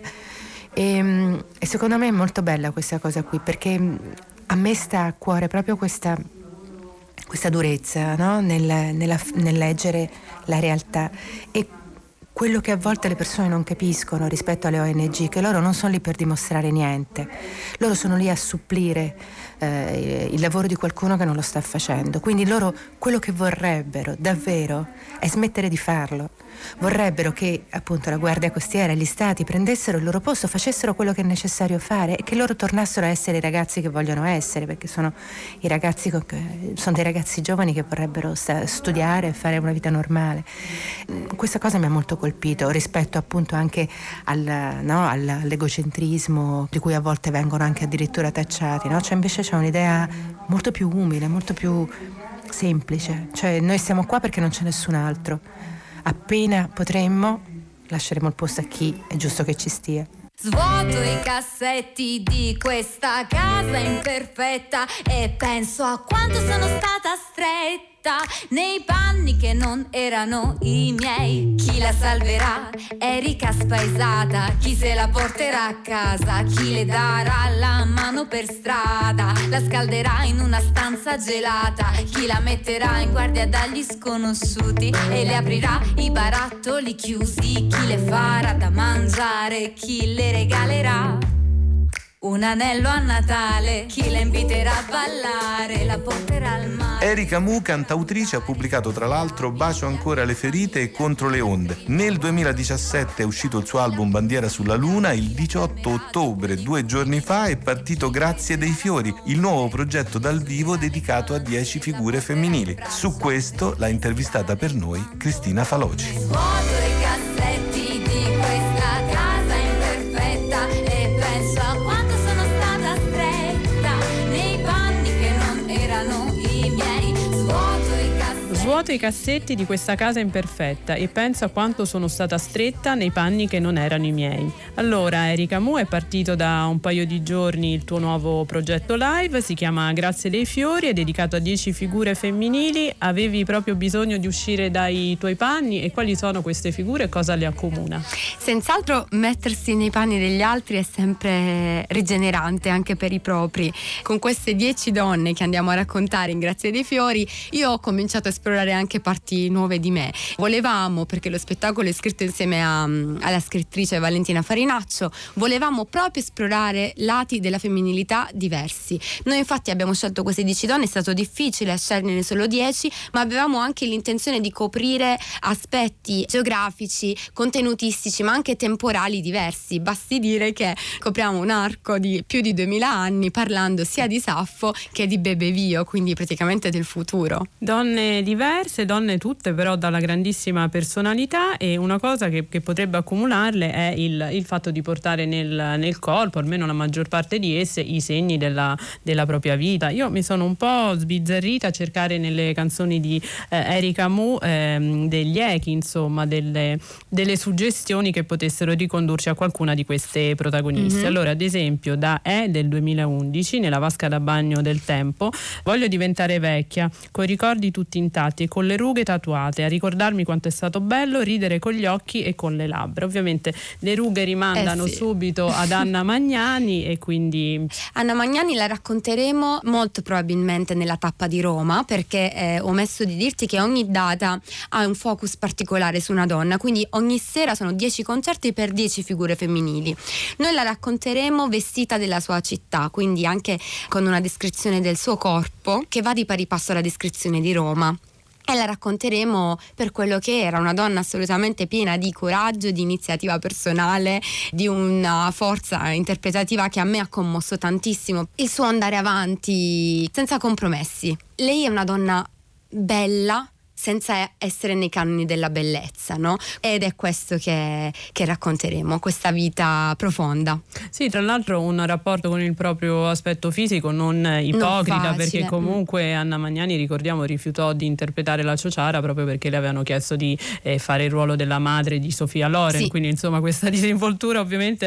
[SPEAKER 7] E secondo me è molto bella questa cosa qui, perché a me sta a cuore proprio questa durezza, no? nel leggere la realtà e quello che a volte le persone non capiscono rispetto alle ONG, che loro non sono lì per dimostrare niente, loro sono lì a supplire il lavoro di qualcuno che non lo sta facendo. Quindi loro quello che vorrebbero davvero è smettere di farlo. Vorrebbero che appunto la Guardia Costiera e gli Stati prendessero il loro posto, facessero quello che è necessario fare e che loro tornassero a essere i ragazzi che vogliono essere, perché sono i ragazzi sono dei ragazzi giovani che vorrebbero studiare e fare una vita normale. Questa cosa mi ha molto colpito rispetto appunto anche all'egocentrismo di cui a volte vengono anche addirittura tacciati, no? Cioè invece c'è un'idea molto più umile, molto più semplice, cioè noi siamo qua perché non c'è nessun altro. Appena potremmo lasceremo il posto a chi è giusto che ci stia.
[SPEAKER 9] Svuoto i cassetti di questa casa imperfetta e penso a quanto sono stata stretta nei panni che non erano i miei. Chi la salverà? Erika spaesata. Chi se la porterà a casa? Chi le darà la mano per strada? La scalderà in una stanza gelata? Chi la metterà in guardia dagli sconosciuti e le aprirà i barattoli chiusi? Chi le farà da mangiare? Chi le regalerà un anello a Natale? Chi la inviterà a ballare? La porterà al mare?
[SPEAKER 2] Erika Mu, cantautrice, ha pubblicato tra l'altro Bacio ancora le ferite e Contro le onde. Nel 2017 è uscito il suo album Bandiera sulla Luna. Il 18 ottobre, 2 giorni fa, è partito Grazie dei fiori, il nuovo progetto dal vivo dedicato a 10 figure femminili. Su questo l'ha intervistata per noi Cristina Faloci.
[SPEAKER 9] Svuoto i cassetti di questa casa imperfetta e penso a quanto sono stata stretta nei panni che non erano i miei.
[SPEAKER 10] Svuoto i cassetti di questa casa imperfetta e penso a quanto sono stata stretta nei panni che non erano i miei. Allora, Erika Mu, è partito da un paio di giorni il tuo nuovo progetto live, si chiama Grazie dei fiori, è dedicato a 10 figure femminili. Avevi proprio bisogno di uscire dai tuoi panni, e quali sono queste figure e cosa le accomuna?
[SPEAKER 11] Senz'altro mettersi nei panni degli altri è sempre rigenerante anche per i propri. Con queste 10 donne che andiamo a raccontare in Grazie dei fiori, io ho cominciato a esplorare anche parti nuove di me. Volevamo, perché lo spettacolo è scritto insieme alla scrittrice Valentina Farinaccio, volevamo proprio esplorare lati della femminilità diversi. Noi infatti abbiamo scelto queste 10 donne, è stato difficile sceglierne solo 10, ma avevamo anche l'intenzione di coprire aspetti geografici, contenutistici, ma anche temporali diversi. Basti dire che copriamo un arco di più di 2000 anni parlando sia di Saffo che di Bebe Vio, quindi praticamente del futuro.
[SPEAKER 10] Donne diverse diverse, donne tutte però dalla grandissima personalità, e una cosa che potrebbe accomunarle è il fatto di portare nel corpo, almeno la maggior parte di esse, i segni della propria vita. Io mi sono un po' sbizzarrita a cercare nelle canzoni di Erika Mu degli echi, insomma, delle suggestioni che potessero ricondurci a qualcuna di queste protagoniste. Allora, ad esempio, da del 2011, nella vasca da bagno del tempo: voglio diventare vecchia, coi ricordi tutti intatti e con le rughe tatuate, a ricordarmi quanto è stato bello ridere con gli occhi e con le labbra. Ovviamente le rughe rimandano subito ad Anna Magnani, e quindi
[SPEAKER 11] Anna Magnani la racconteremo molto probabilmente nella tappa di Roma, perché ho omesso di dirti che ogni data ha un focus particolare su una donna, quindi ogni sera sono 10 concerti per 10 figure femminili. Noi la racconteremo vestita della sua città, quindi anche con una descrizione del suo corpo che va di pari passo alla descrizione di Roma. E la racconteremo per quello che era, una donna assolutamente piena di coraggio, di iniziativa personale, di una forza interpretativa che a me ha commosso tantissimo. Il suo andare avanti senza compromessi. Lei è una donna bella, senza essere nei canoni della bellezza, no? Ed è questo che racconteremo, questa vita profonda.
[SPEAKER 10] Sì, tra l'altro un rapporto con il proprio aspetto fisico non ipocrita, non perché comunque Anna Magnani, ricordiamo, rifiutò di interpretare la Ciociara proprio perché le avevano chiesto di fare il ruolo della madre di Sofia Loren, quindi insomma questa disinvoltura ovviamente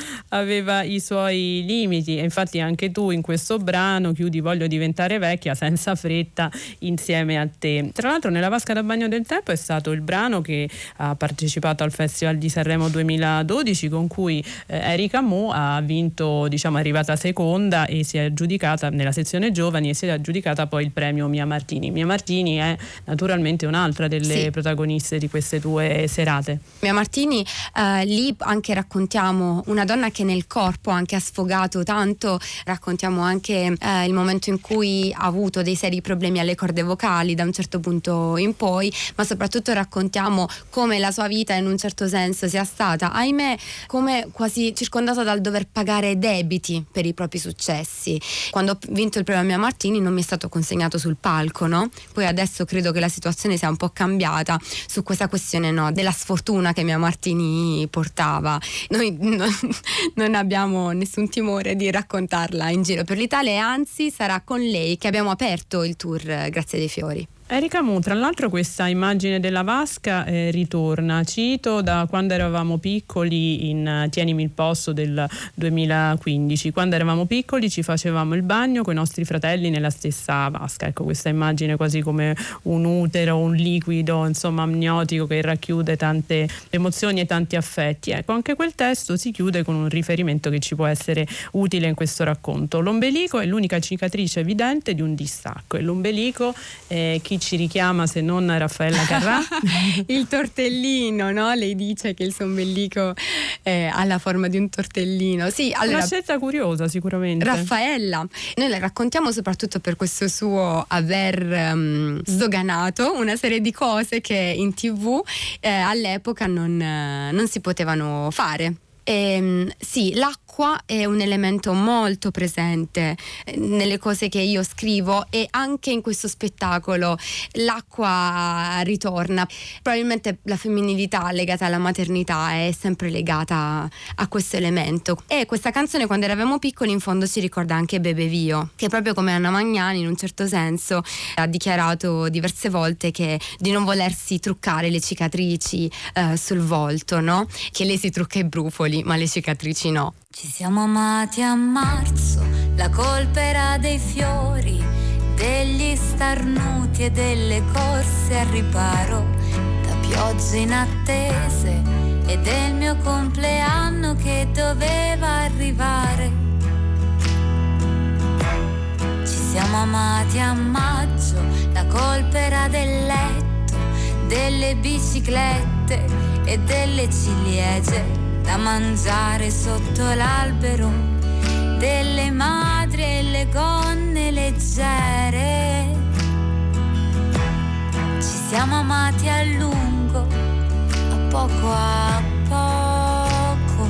[SPEAKER 10] aveva i suoi limiti, e infatti anche tu in questo brano chiudi "Voglio diventare vecchia senza fretta insieme a te". Tra l'altro nella vasca da bagno del tempo è stato il brano che ha partecipato al Festival di Sanremo 2012, con cui Erika Mu ha vinto, diciamo, è arrivata seconda e si è aggiudicata nella sezione giovani, e si è aggiudicata poi il premio Mia Martini. Mia Martini è naturalmente un'altra delle protagoniste di queste due serate.
[SPEAKER 11] Mia Martini, lì anche raccontiamo una donna che nel corpo anche ha sfogato tanto, raccontiamo anche il momento in cui ha avuto dei seri problemi alle corde vocali da un certo punto in poi, ma soprattutto raccontiamo come la sua vita in un certo senso sia stata, ahimè, come quasi circondata dal dover pagare debiti per i propri successi. Quando ho vinto il premio Mia Martini non mi è stato consegnato sul palco, no? Poi adesso credo che la situazione sia un po' cambiata su questa questione, no, della sfortuna che Mia Martini portava. Noi non abbiamo nessun timore di raccontarla in giro per l'Italia, e anzi sarà con lei che abbiamo aperto il tour Grazie dei Fiori.
[SPEAKER 10] Erika Mu, tra l'altro questa immagine della vasca ritorna, cito da Quando eravamo piccoli in Tienimi il posto del 2015. Quando eravamo piccoli ci facevamo il bagno con i nostri fratelli nella stessa vasca. Ecco, questa immagine quasi come un utero, un liquido, insomma, amniotico, che racchiude tante emozioni e tanti affetti. Ecco, anche quel testo si chiude con un riferimento che ci può essere utile in questo racconto. L'ombelico è l'unica cicatrice evidente di un distacco, e l'ombelico chi ci richiama se non Raffaella Carrà?
[SPEAKER 11] Il tortellino, no? Lei dice che il suo ombelico ha la forma di un tortellino. Sì, allora,
[SPEAKER 10] una scelta curiosa sicuramente.
[SPEAKER 11] Raffaella, noi la raccontiamo soprattutto per questo suo aver sdoganato una serie di cose che in TV all'epoca non si potevano fare. Sì, l'acqua è un elemento molto presente nelle cose che io scrivo, e anche in questo spettacolo l'acqua ritorna. Probabilmente la femminilità legata alla maternità è sempre legata a questo elemento, e questa canzone Quando eravamo piccoli in fondo ci ricorda anche Bebe Vio, che proprio come Anna Magnani in un certo senso ha dichiarato diverse volte di non volersi truccare le cicatrici sul volto, no? Che lei si trucca i brufoli ma le cicatrici no.
[SPEAKER 9] Ci siamo amati a marzo, la colpa era dei fiori, degli starnuti e delle corse al riparo, da piogge inattese e del mio compleanno che doveva arrivare. Ci siamo amati a maggio, la colpa era del letto, delle biciclette e delle ciliegie da mangiare sotto l'albero, delle madri e le gonne leggere. Ci siamo amati a lungo, a poco a poco.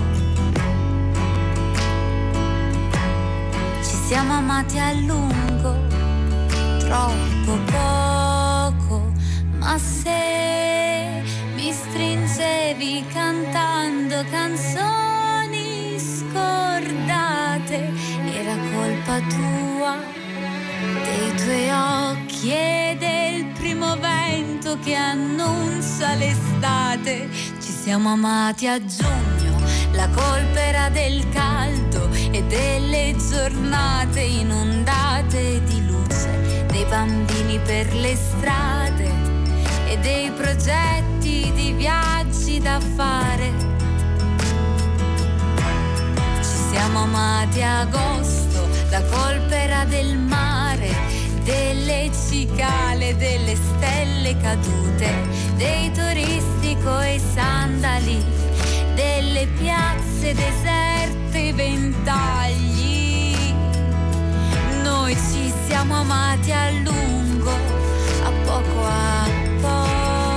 [SPEAKER 9] Ci siamo amati a lungo, troppo poco. ma se mi stringevi cantando canzoni scordate, era colpa tua, dei tuoi occhi e del primo vento che annuncia l'estate. Ci siamo amati a giugno, la colpa era del caldo e delle giornate inondate di luce, dei bambini per le strade e dei progetti di viaggi da fare. Ci siamo amati a agosto, la colpa era del mare, delle cicale, delle stelle cadute, dei turisti coi sandali, delle piazze deserte, ventagli. Noi ci siamo amati a lungo, a poco a poco.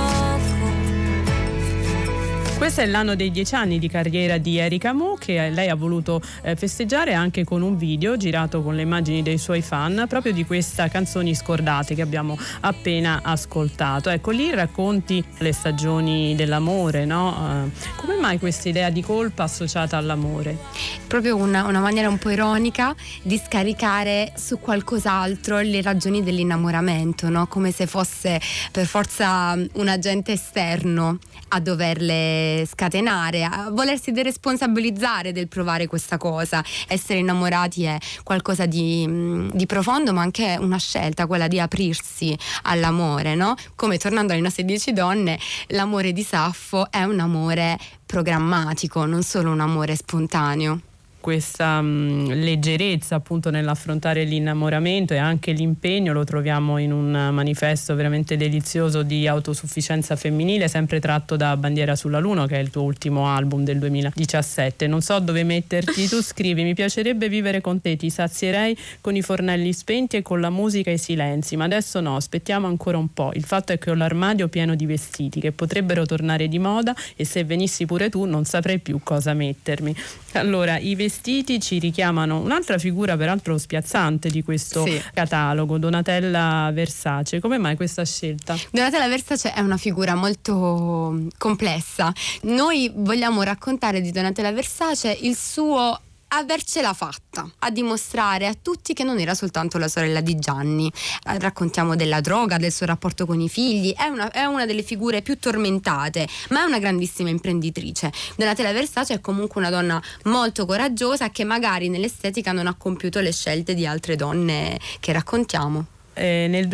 [SPEAKER 10] Questo è l'anno dei 10 anni di carriera di Erika Mu, che lei ha voluto festeggiare anche con un video girato con le immagini dei suoi fan proprio di questa Canzoni scordate che abbiamo appena ascoltato. Ecco, lì racconti le stagioni dell'amore, no? Come mai questa idea di colpa associata all'amore?
[SPEAKER 11] Proprio una maniera un po' ironica di scaricare su qualcos'altro le ragioni dell'innamoramento, no? Come se fosse per forza un agente esterno a doverle scatenare, a volersi deresponsabilizzare del provare questa cosa. Essere innamorati è qualcosa di profondo, ma anche una scelta, quella di aprirsi all'amore, no? Come tornando alle nostre 10 donne, l'amore di Saffo è un amore programmatico, non solo un amore spontaneo.
[SPEAKER 10] Questa leggerezza appunto nell'affrontare l'innamoramento e anche l'impegno lo troviamo in un manifesto veramente delizioso di autosufficienza femminile, sempre tratto da Bandiera sulla Luna, che è il tuo ultimo album del 2017. Non so dove metterti, tu scrivi: mi piacerebbe vivere con te, ti sazierei con i fornelli spenti e con la musica e i silenzi, ma adesso no, aspettiamo ancora un po'. Il fatto è che ho l'armadio pieno di vestiti che potrebbero tornare di moda e se venissi pure tu non saprei più cosa mettermi. Allora, i vestiti ci richiamano un'altra figura peraltro spiazzante di questo catalogo, Donatella Versace. Come mai questa scelta?
[SPEAKER 11] Donatella Versace è una figura molto complessa. Noi vogliamo raccontare di Donatella Versace il suo avercela fatta, a dimostrare a tutti che non era soltanto la sorella di Gianni. Raccontiamo della droga, del suo rapporto con i figli. È una delle figure più tormentate, ma è una grandissima imprenditrice. Donatella Versace è comunque una donna molto coraggiosa che magari nell'estetica non ha compiuto le scelte di altre donne che raccontiamo.
[SPEAKER 10] Nel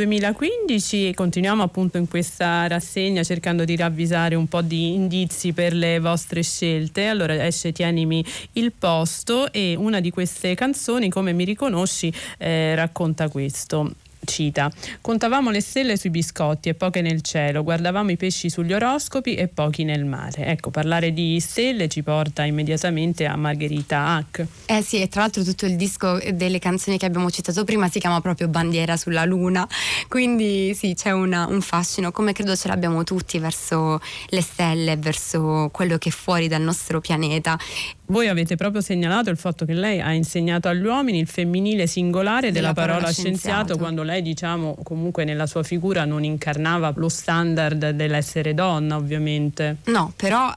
[SPEAKER 10] 2015 continuiamo appunto in questa rassegna cercando di ravvisare un po' di indizi per le vostre scelte. Allora esce Tienimi il posto e una di queste canzoni, Come mi riconosci, racconta questo. Cita: contavamo le stelle sui biscotti e poche nel cielo, guardavamo i pesci sugli oroscopi e pochi nel mare. Ecco, parlare di stelle ci porta immediatamente a Margherita Hack.
[SPEAKER 11] Sì, e tra l'altro tutto il disco delle canzoni che abbiamo citato prima si chiama proprio Bandiera sulla Luna, quindi sì, c'è un fascino, come credo ce l'abbiamo tutti, verso le stelle, verso quello che è fuori dal nostro pianeta.
[SPEAKER 10] Voi avete proprio segnalato il fatto che lei ha insegnato agli uomini il femminile singolare della parola scienziato, quando lei, diciamo, comunque nella sua figura non incarnava lo standard dell'essere donna, ovviamente.
[SPEAKER 11] No, però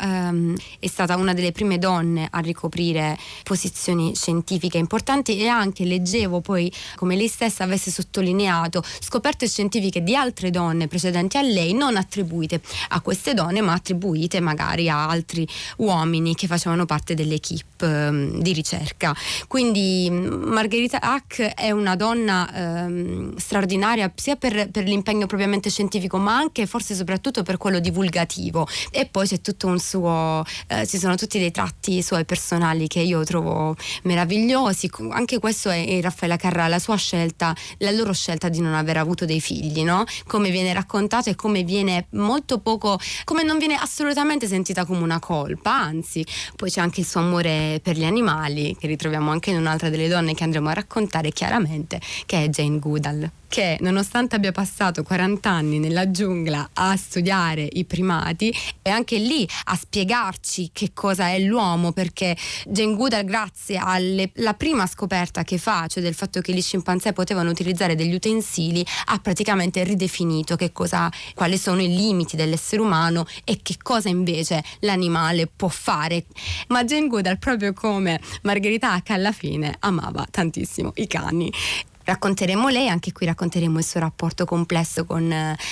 [SPEAKER 11] è stata una delle prime donne a ricoprire posizioni scientifiche importanti e anche leggevo poi come lei stessa avesse sottolineato scoperte scientifiche di altre donne precedenti a lei, non attribuite a queste donne ma attribuite magari a altri uomini che facevano parte delle equipe di ricerca. Quindi Margherita Hack è una donna straordinaria sia per l'impegno propriamente scientifico ma anche forse soprattutto per quello divulgativo, e poi c'è tutto un suo ci sono tutti dei tratti suoi personali che io trovo meravigliosi. Anche questo è Raffaella Carrà, la sua scelta, la loro scelta di non aver avuto dei figli, no? Come viene raccontato e come viene molto poco, come non viene assolutamente sentita come una colpa, anzi. Poi c'è anche il suo amore per gli animali che ritroviamo anche in un'altra delle donne che andremo a raccontare chiaramente, che è Jane Goodall. che nonostante abbia passato 40 anni nella giungla a studiare i primati e anche lì a spiegarci che cosa è l'uomo, perché Jane Goodall, grazie alla prima scoperta che fa, cioè del fatto che gli scimpanzé potevano utilizzare degli utensili, ha praticamente ridefinito quali sono i limiti dell'essere umano e che cosa invece l'animale può fare. Ma Jane Goodall, proprio come Margherita Hack, alla fine amava tantissimo i cani. Racconteremo lei, anche qui racconteremo il suo rapporto complesso con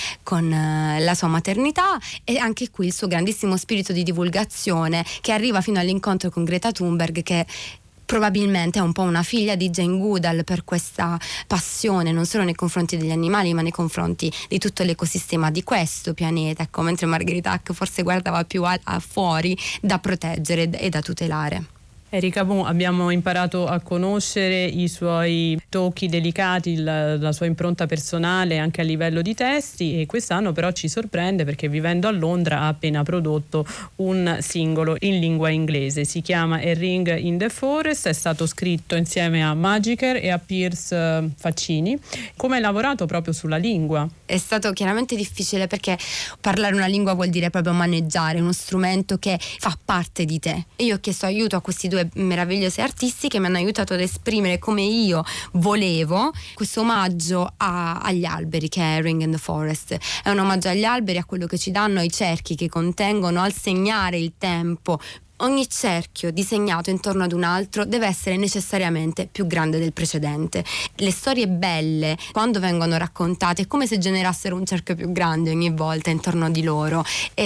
[SPEAKER 11] la sua maternità e anche qui il suo grandissimo spirito di divulgazione che arriva fino all'incontro con Greta Thunberg, che probabilmente è un po' una figlia di Jane Goodall per questa passione non solo nei confronti degli animali ma nei confronti di tutto l'ecosistema di questo pianeta, ecco, mentre Margherita Hack forse guardava più a fuori, da proteggere e da tutelare.
[SPEAKER 10] Erika Mu, abbiamo imparato a conoscere i suoi tocchi delicati, la sua impronta personale anche a livello di testi, e quest'anno però ci sorprende perché vivendo a Londra ha appena prodotto un singolo in lingua inglese, si chiama A Ring in the Forest, è stato scritto insieme a Magiker e a Piers Faccini. Come hai lavorato proprio sulla lingua?
[SPEAKER 11] È stato chiaramente difficile perché parlare una lingua vuol dire proprio maneggiare uno strumento che fa parte di te, e io ho chiesto aiuto a questi due meravigliosi artisti che mi hanno aiutato ad esprimere come io volevo questo omaggio agli alberi, che è Ring in the Forest. È un omaggio agli alberi, a quello che ci danno i cerchi che contengono al segnare il tempo. Ogni cerchio disegnato intorno ad un altro deve essere necessariamente più grande del precedente. Le storie belle, quando vengono raccontate, è come se generassero un cerchio più grande ogni volta intorno di loro.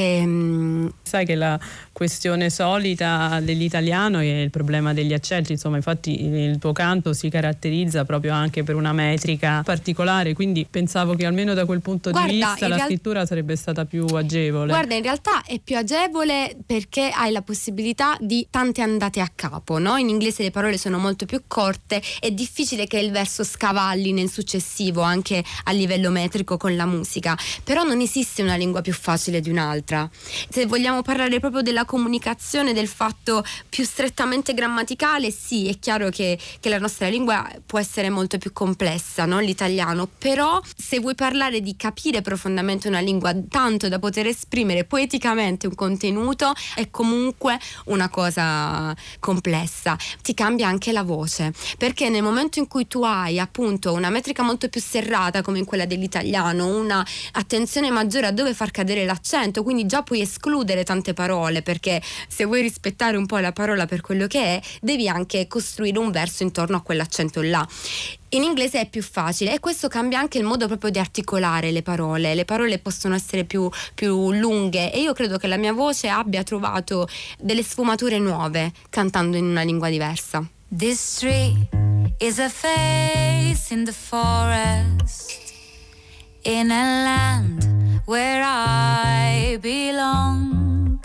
[SPEAKER 10] Sai che la questione solita dell'italiano è il problema degli accenti, insomma, infatti il tuo canto si caratterizza proprio anche per una metrica particolare, quindi pensavo che almeno da quel punto di vista la scrittura sarebbe stata più agevole.
[SPEAKER 11] Guarda, in realtà è più agevole perché hai la possibilità di tante andate a capo, no? In inglese le parole sono molto più corte, è difficile che il verso scavalli nel successivo anche a livello metrico con la musica, però non esiste una lingua più facile di un'altra. Se vogliamo parlare proprio della comunicazione, del fatto più strettamente grammaticale, sì, è chiaro che la nostra lingua può essere molto più complessa, no? L'italiano, però se vuoi parlare di capire profondamente una lingua tanto da poter esprimere poeticamente un contenuto, è comunque una cosa complessa. Ti cambia anche la voce, perché nel momento in cui tu hai appunto una metrica molto più serrata come in quella dell'italiano, una attenzione maggiore a dove far cadere l'accento, quindi già puoi escludere tante parole, perché se vuoi rispettare un po' la parola per quello che è, devi anche costruire un verso intorno a quell'accento là. In inglese è più facile e questo cambia anche il modo proprio di articolare le parole. Le parole possono essere più lunghe e io credo che la mia voce abbia trovato delle sfumature nuove cantando in una lingua diversa.
[SPEAKER 9] This tree is a face in the forest, in a land where I belong.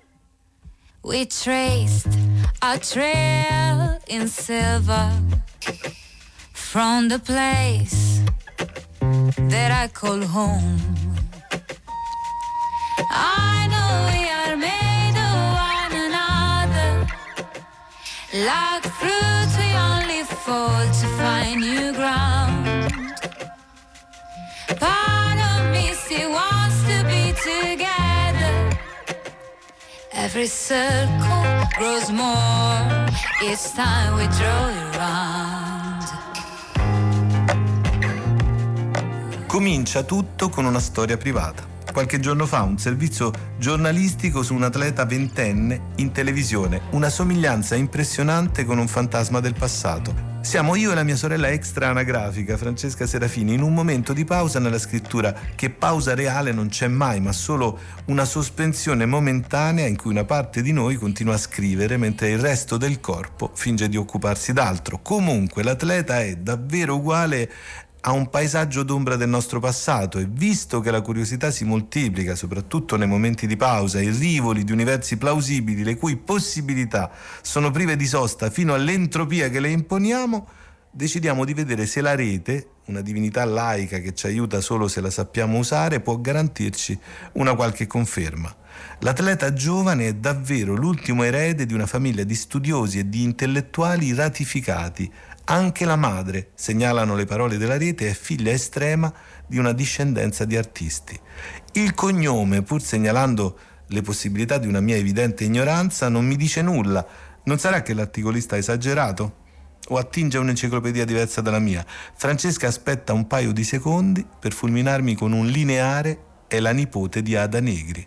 [SPEAKER 9] We traced our trail in silver from the place that I call home. I know we are made of one another, like fruits we only fall to find new ground. Part of me still wants to be together. Every circle grows more each time we draw it round.
[SPEAKER 2] Comincia tutto con una storia privata. Qualche giorno fa un servizio giornalistico su un atleta ventenne in televisione, una somiglianza impressionante con un fantasma del passato. Siamo io e la mia sorella extra anagrafica, Francesca Serafini, in un momento di pausa nella scrittura, che pausa reale non c'è mai, ma solo una sospensione momentanea in cui una parte di noi continua a scrivere mentre il resto del corpo finge di occuparsi d'altro. Comunque l'atleta è davvero uguale a un paesaggio d'ombra del nostro passato, e visto che la curiosità si moltiplica soprattutto nei momenti di pausa, i rivoli di universi plausibili le cui possibilità sono prive di sosta fino all'entropia che le imponiamo, decidiamo di vedere se la rete, una divinità laica che ci aiuta solo se la sappiamo usare, può garantirci una qualche conferma. L'atleta giovane è davvero l'ultimo erede di una famiglia di studiosi e di intellettuali ratificati, Anche la madre, segnalano le parole della rete, è figlia estrema di una discendenza di artisti. Il cognome, pur segnalando le possibilità di una mia evidente ignoranza, non mi dice nulla. Non sarà che l'articolista ha esagerato? O attinge a un'enciclopedia diversa dalla mia? Francesca aspetta un paio di secondi per fulminarmi con un lineare: è la nipote di Ada Negri.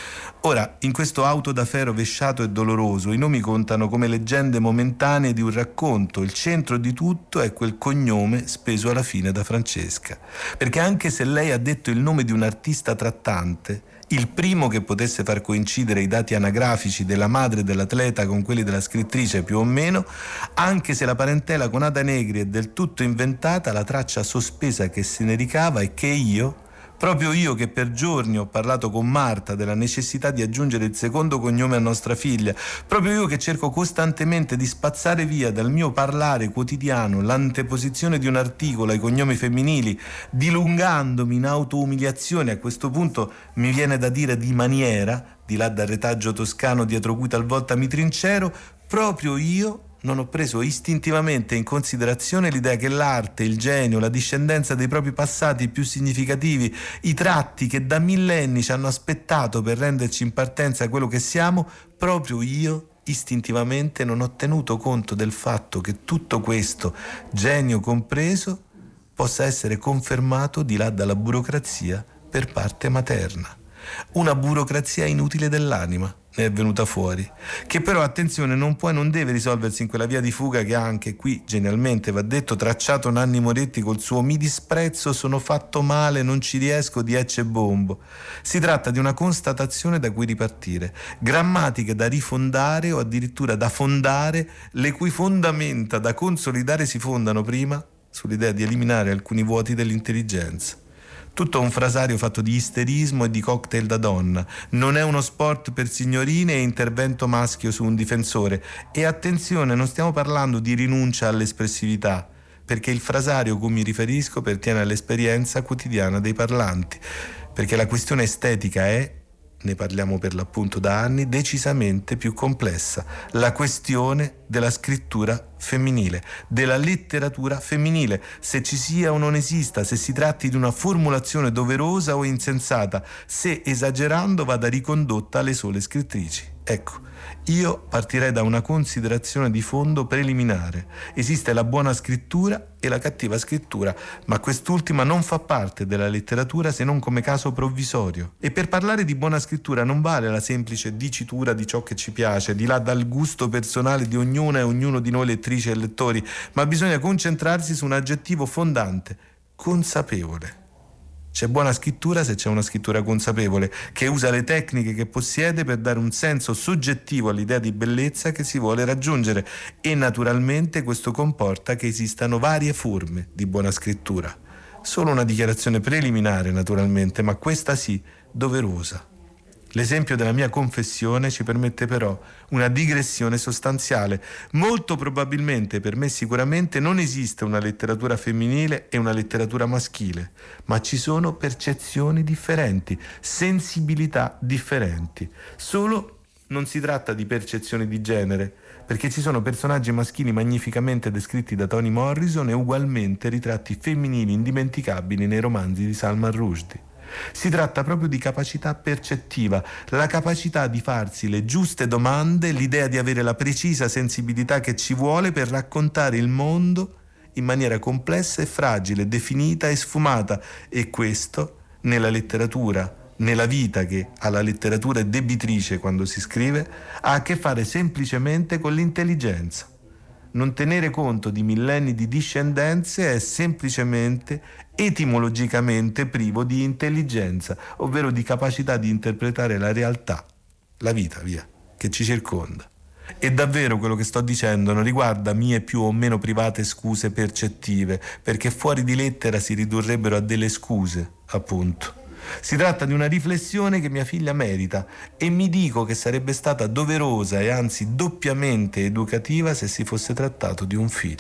[SPEAKER 2] Ora, in questo auto da ferro rovesciato e doloroso, i nomi contano come leggende momentanee di un racconto. Il centro di tutto è quel cognome speso alla fine da Francesca. Perché anche se lei ha detto il nome di un artista trattante, il primo che potesse far coincidere i dati anagrafici della madre dell'atleta con quelli della scrittrice più o meno, anche se la parentela con Ada Negri è del tutto inventata, la traccia sospesa che se ne ricava è che io, proprio io che per giorni ho parlato con Marta della necessità di aggiungere il secondo cognome a nostra figlia, proprio io che cerco costantemente di spazzare via dal mio parlare quotidiano l'anteposizione di un articolo ai cognomi femminili, dilungandomi in autoumiliazione, a questo punto mi viene da dire di maniera, di là dal retaggio toscano dietro cui talvolta mi trincero, proprio io non ho preso istintivamente in considerazione l'idea che l'arte, il genio, la discendenza dei propri passati più significativi, i tratti che da millenni ci hanno aspettato per renderci in partenza quello che siamo, proprio io istintivamente non ho tenuto conto del fatto che tutto questo, genio compreso, possa essere confermato di là dalla burocrazia per parte materna. Una burocrazia inutile dell'anima ne è venuta fuori, che però, attenzione, non può e non deve risolversi in quella via di fuga che ha anche qui, genialmente va detto, tracciato Nanni Moretti col suo "mi disprezzo, sono fatto male, non ci riesco" di Ecce Bombo. Si tratta di una constatazione da cui ripartire, grammatiche da rifondare o addirittura da fondare, le cui fondamenta da consolidare si fondano prima sull'idea di eliminare alcuni vuoti dell'intelligenza. Tutto un frasario fatto di isterismo e di cocktail da donna. Non è uno sport per signorine e intervento maschio su un difensore. E attenzione, non stiamo parlando di rinuncia all'espressività, perché il frasario cui mi riferisco pertiene all'esperienza quotidiana dei parlanti, perché la questione estetica è, ne parliamo per l'appunto da anni, decisamente più complessa. La questione della scrittura femminile, della letteratura femminile, se ci sia o non esista, se si tratti di una formulazione doverosa o insensata, se esagerando vada ricondotta alle sole scrittrici. Ecco, io partirei da una considerazione di fondo preliminare. Esiste la buona scrittura e la cattiva scrittura, ma quest'ultima non fa parte della letteratura se non come caso provvisorio. E per parlare di buona scrittura non vale la semplice dicitura di ciò che ci piace, di là dal gusto personale di ognuna e ognuno di noi lettrici e lettori, ma bisogna concentrarsi su un aggettivo fondante: consapevole. C'è buona scrittura se c'è una scrittura consapevole, che usa le tecniche che possiede per dare un senso soggettivo all'idea di bellezza che si vuole raggiungere, e naturalmente questo comporta che esistano varie forme di buona scrittura. Solo una dichiarazione preliminare, naturalmente, ma questa sì, doverosa. L'esempio della mia confessione ci permette però una digressione sostanziale. Molto probabilmente, per me sicuramente, non esiste una letteratura femminile e una letteratura maschile, ma ci sono percezioni differenti, sensibilità differenti. Solo non si tratta di percezioni di genere, perché ci sono personaggi maschili magnificamente descritti da Toni Morrison e ugualmente ritratti femminili indimenticabili nei romanzi di Salman Rushdie. Si tratta proprio di capacità percettiva, la capacità di farsi le giuste domande, l'idea di avere la precisa sensibilità che ci vuole per raccontare il mondo in maniera complessa e fragile, definita e sfumata, e questo nella letteratura, nella vita che alla letteratura è debitrice quando si scrive, ha a che fare semplicemente con l'intelligenza. Non tenere conto di millenni di discendenze è semplicemente etimologicamente privo di intelligenza, ovvero di capacità di interpretare la realtà, la vita, via, che ci circonda. E davvero quello che sto dicendo non riguarda mie più o meno private scuse percettive, perché fuori di lettera si ridurrebbero a delle scuse, appunto. Si tratta di una riflessione che mia figlia merita, e mi dico che sarebbe stata doverosa e anzi doppiamente educativa se si fosse trattato di un figlio.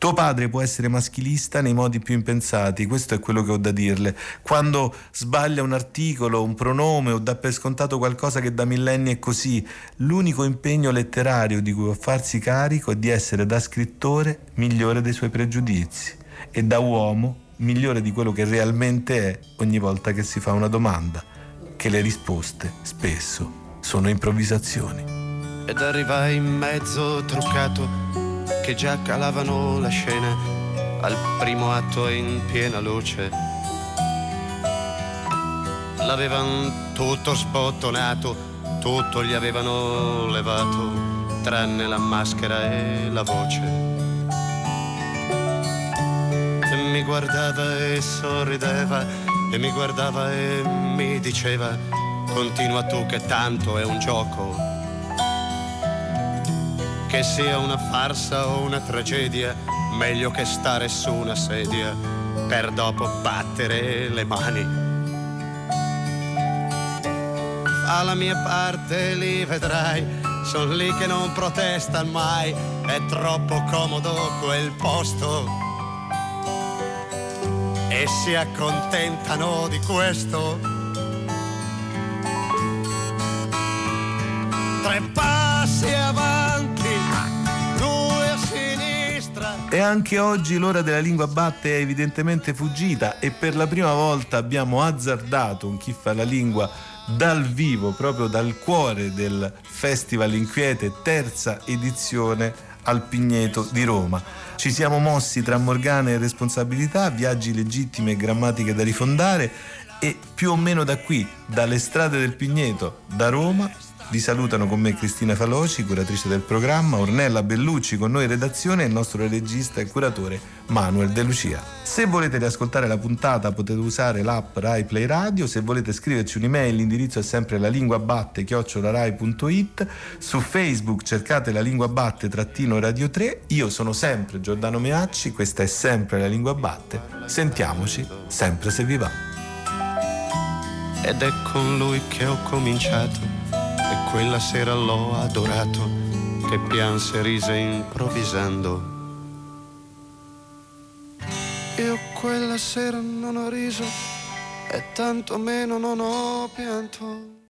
[SPEAKER 2] Tuo padre può essere maschilista nei modi più impensati, questo è quello che ho da dirle. Quando sbaglia un articolo, un pronome o dà per scontato qualcosa che da millenni è così, l'unico impegno letterario di cui può farsi carico è di essere da scrittore migliore dei suoi pregiudizi e da uomo migliore di quello che realmente è ogni volta che si fa una domanda, che le risposte spesso sono improvvisazioni.
[SPEAKER 12] Ed arrivai in mezzo truccato, che già calavano la scena al primo atto in piena luce. L'avevan tutto sbottonato, tutto gli avevano levato, tranne la maschera e la voce. E mi guardava e sorrideva, e mi guardava e mi diceva: continua tu che tanto è un gioco. Che sia una farsa o una tragedia, meglio che stare su una sedia per dopo battere le mani. Fa la mia parte, li vedrai, son lì che non protestan mai, è troppo comodo quel posto e si accontentano di questo. 3 passi avanti, 2 a sinistra.
[SPEAKER 2] E anche oggi l'ora della lingua batte è evidentemente fuggita e per la prima volta abbiamo azzardato un Chi fa la lingua dal vivo, proprio dal cuore del Festival Inquiete, 3ª edizione al Pigneto di Roma. Ci siamo mossi tra morgane e responsabilità, viaggi legittimi e grammatiche da rifondare e più o meno da qui, dalle strade del Pigneto, da Roma, vi salutano con me Cristina Faloci, curatrice del programma, Ornella Bellucci con noi in redazione e il nostro regista e curatore Manuel De Lucia. Se volete riascoltare la puntata potete usare l'app Rai Play Radio, se volete scriverci un'email l'indirizzo è sempre lalinguabatte@rai.it, su Facebook cercate La Lingua Batte _Radio 3, io sono sempre Giordano Meacci, questa è sempre La Lingua Batte, sentiamoci sempre se vi va.
[SPEAKER 12] Ed è con lui che ho cominciato e quella sera l'ho adorato, che pianse e rise improvvisando. Io quella sera non ho riso e tanto meno non ho pianto.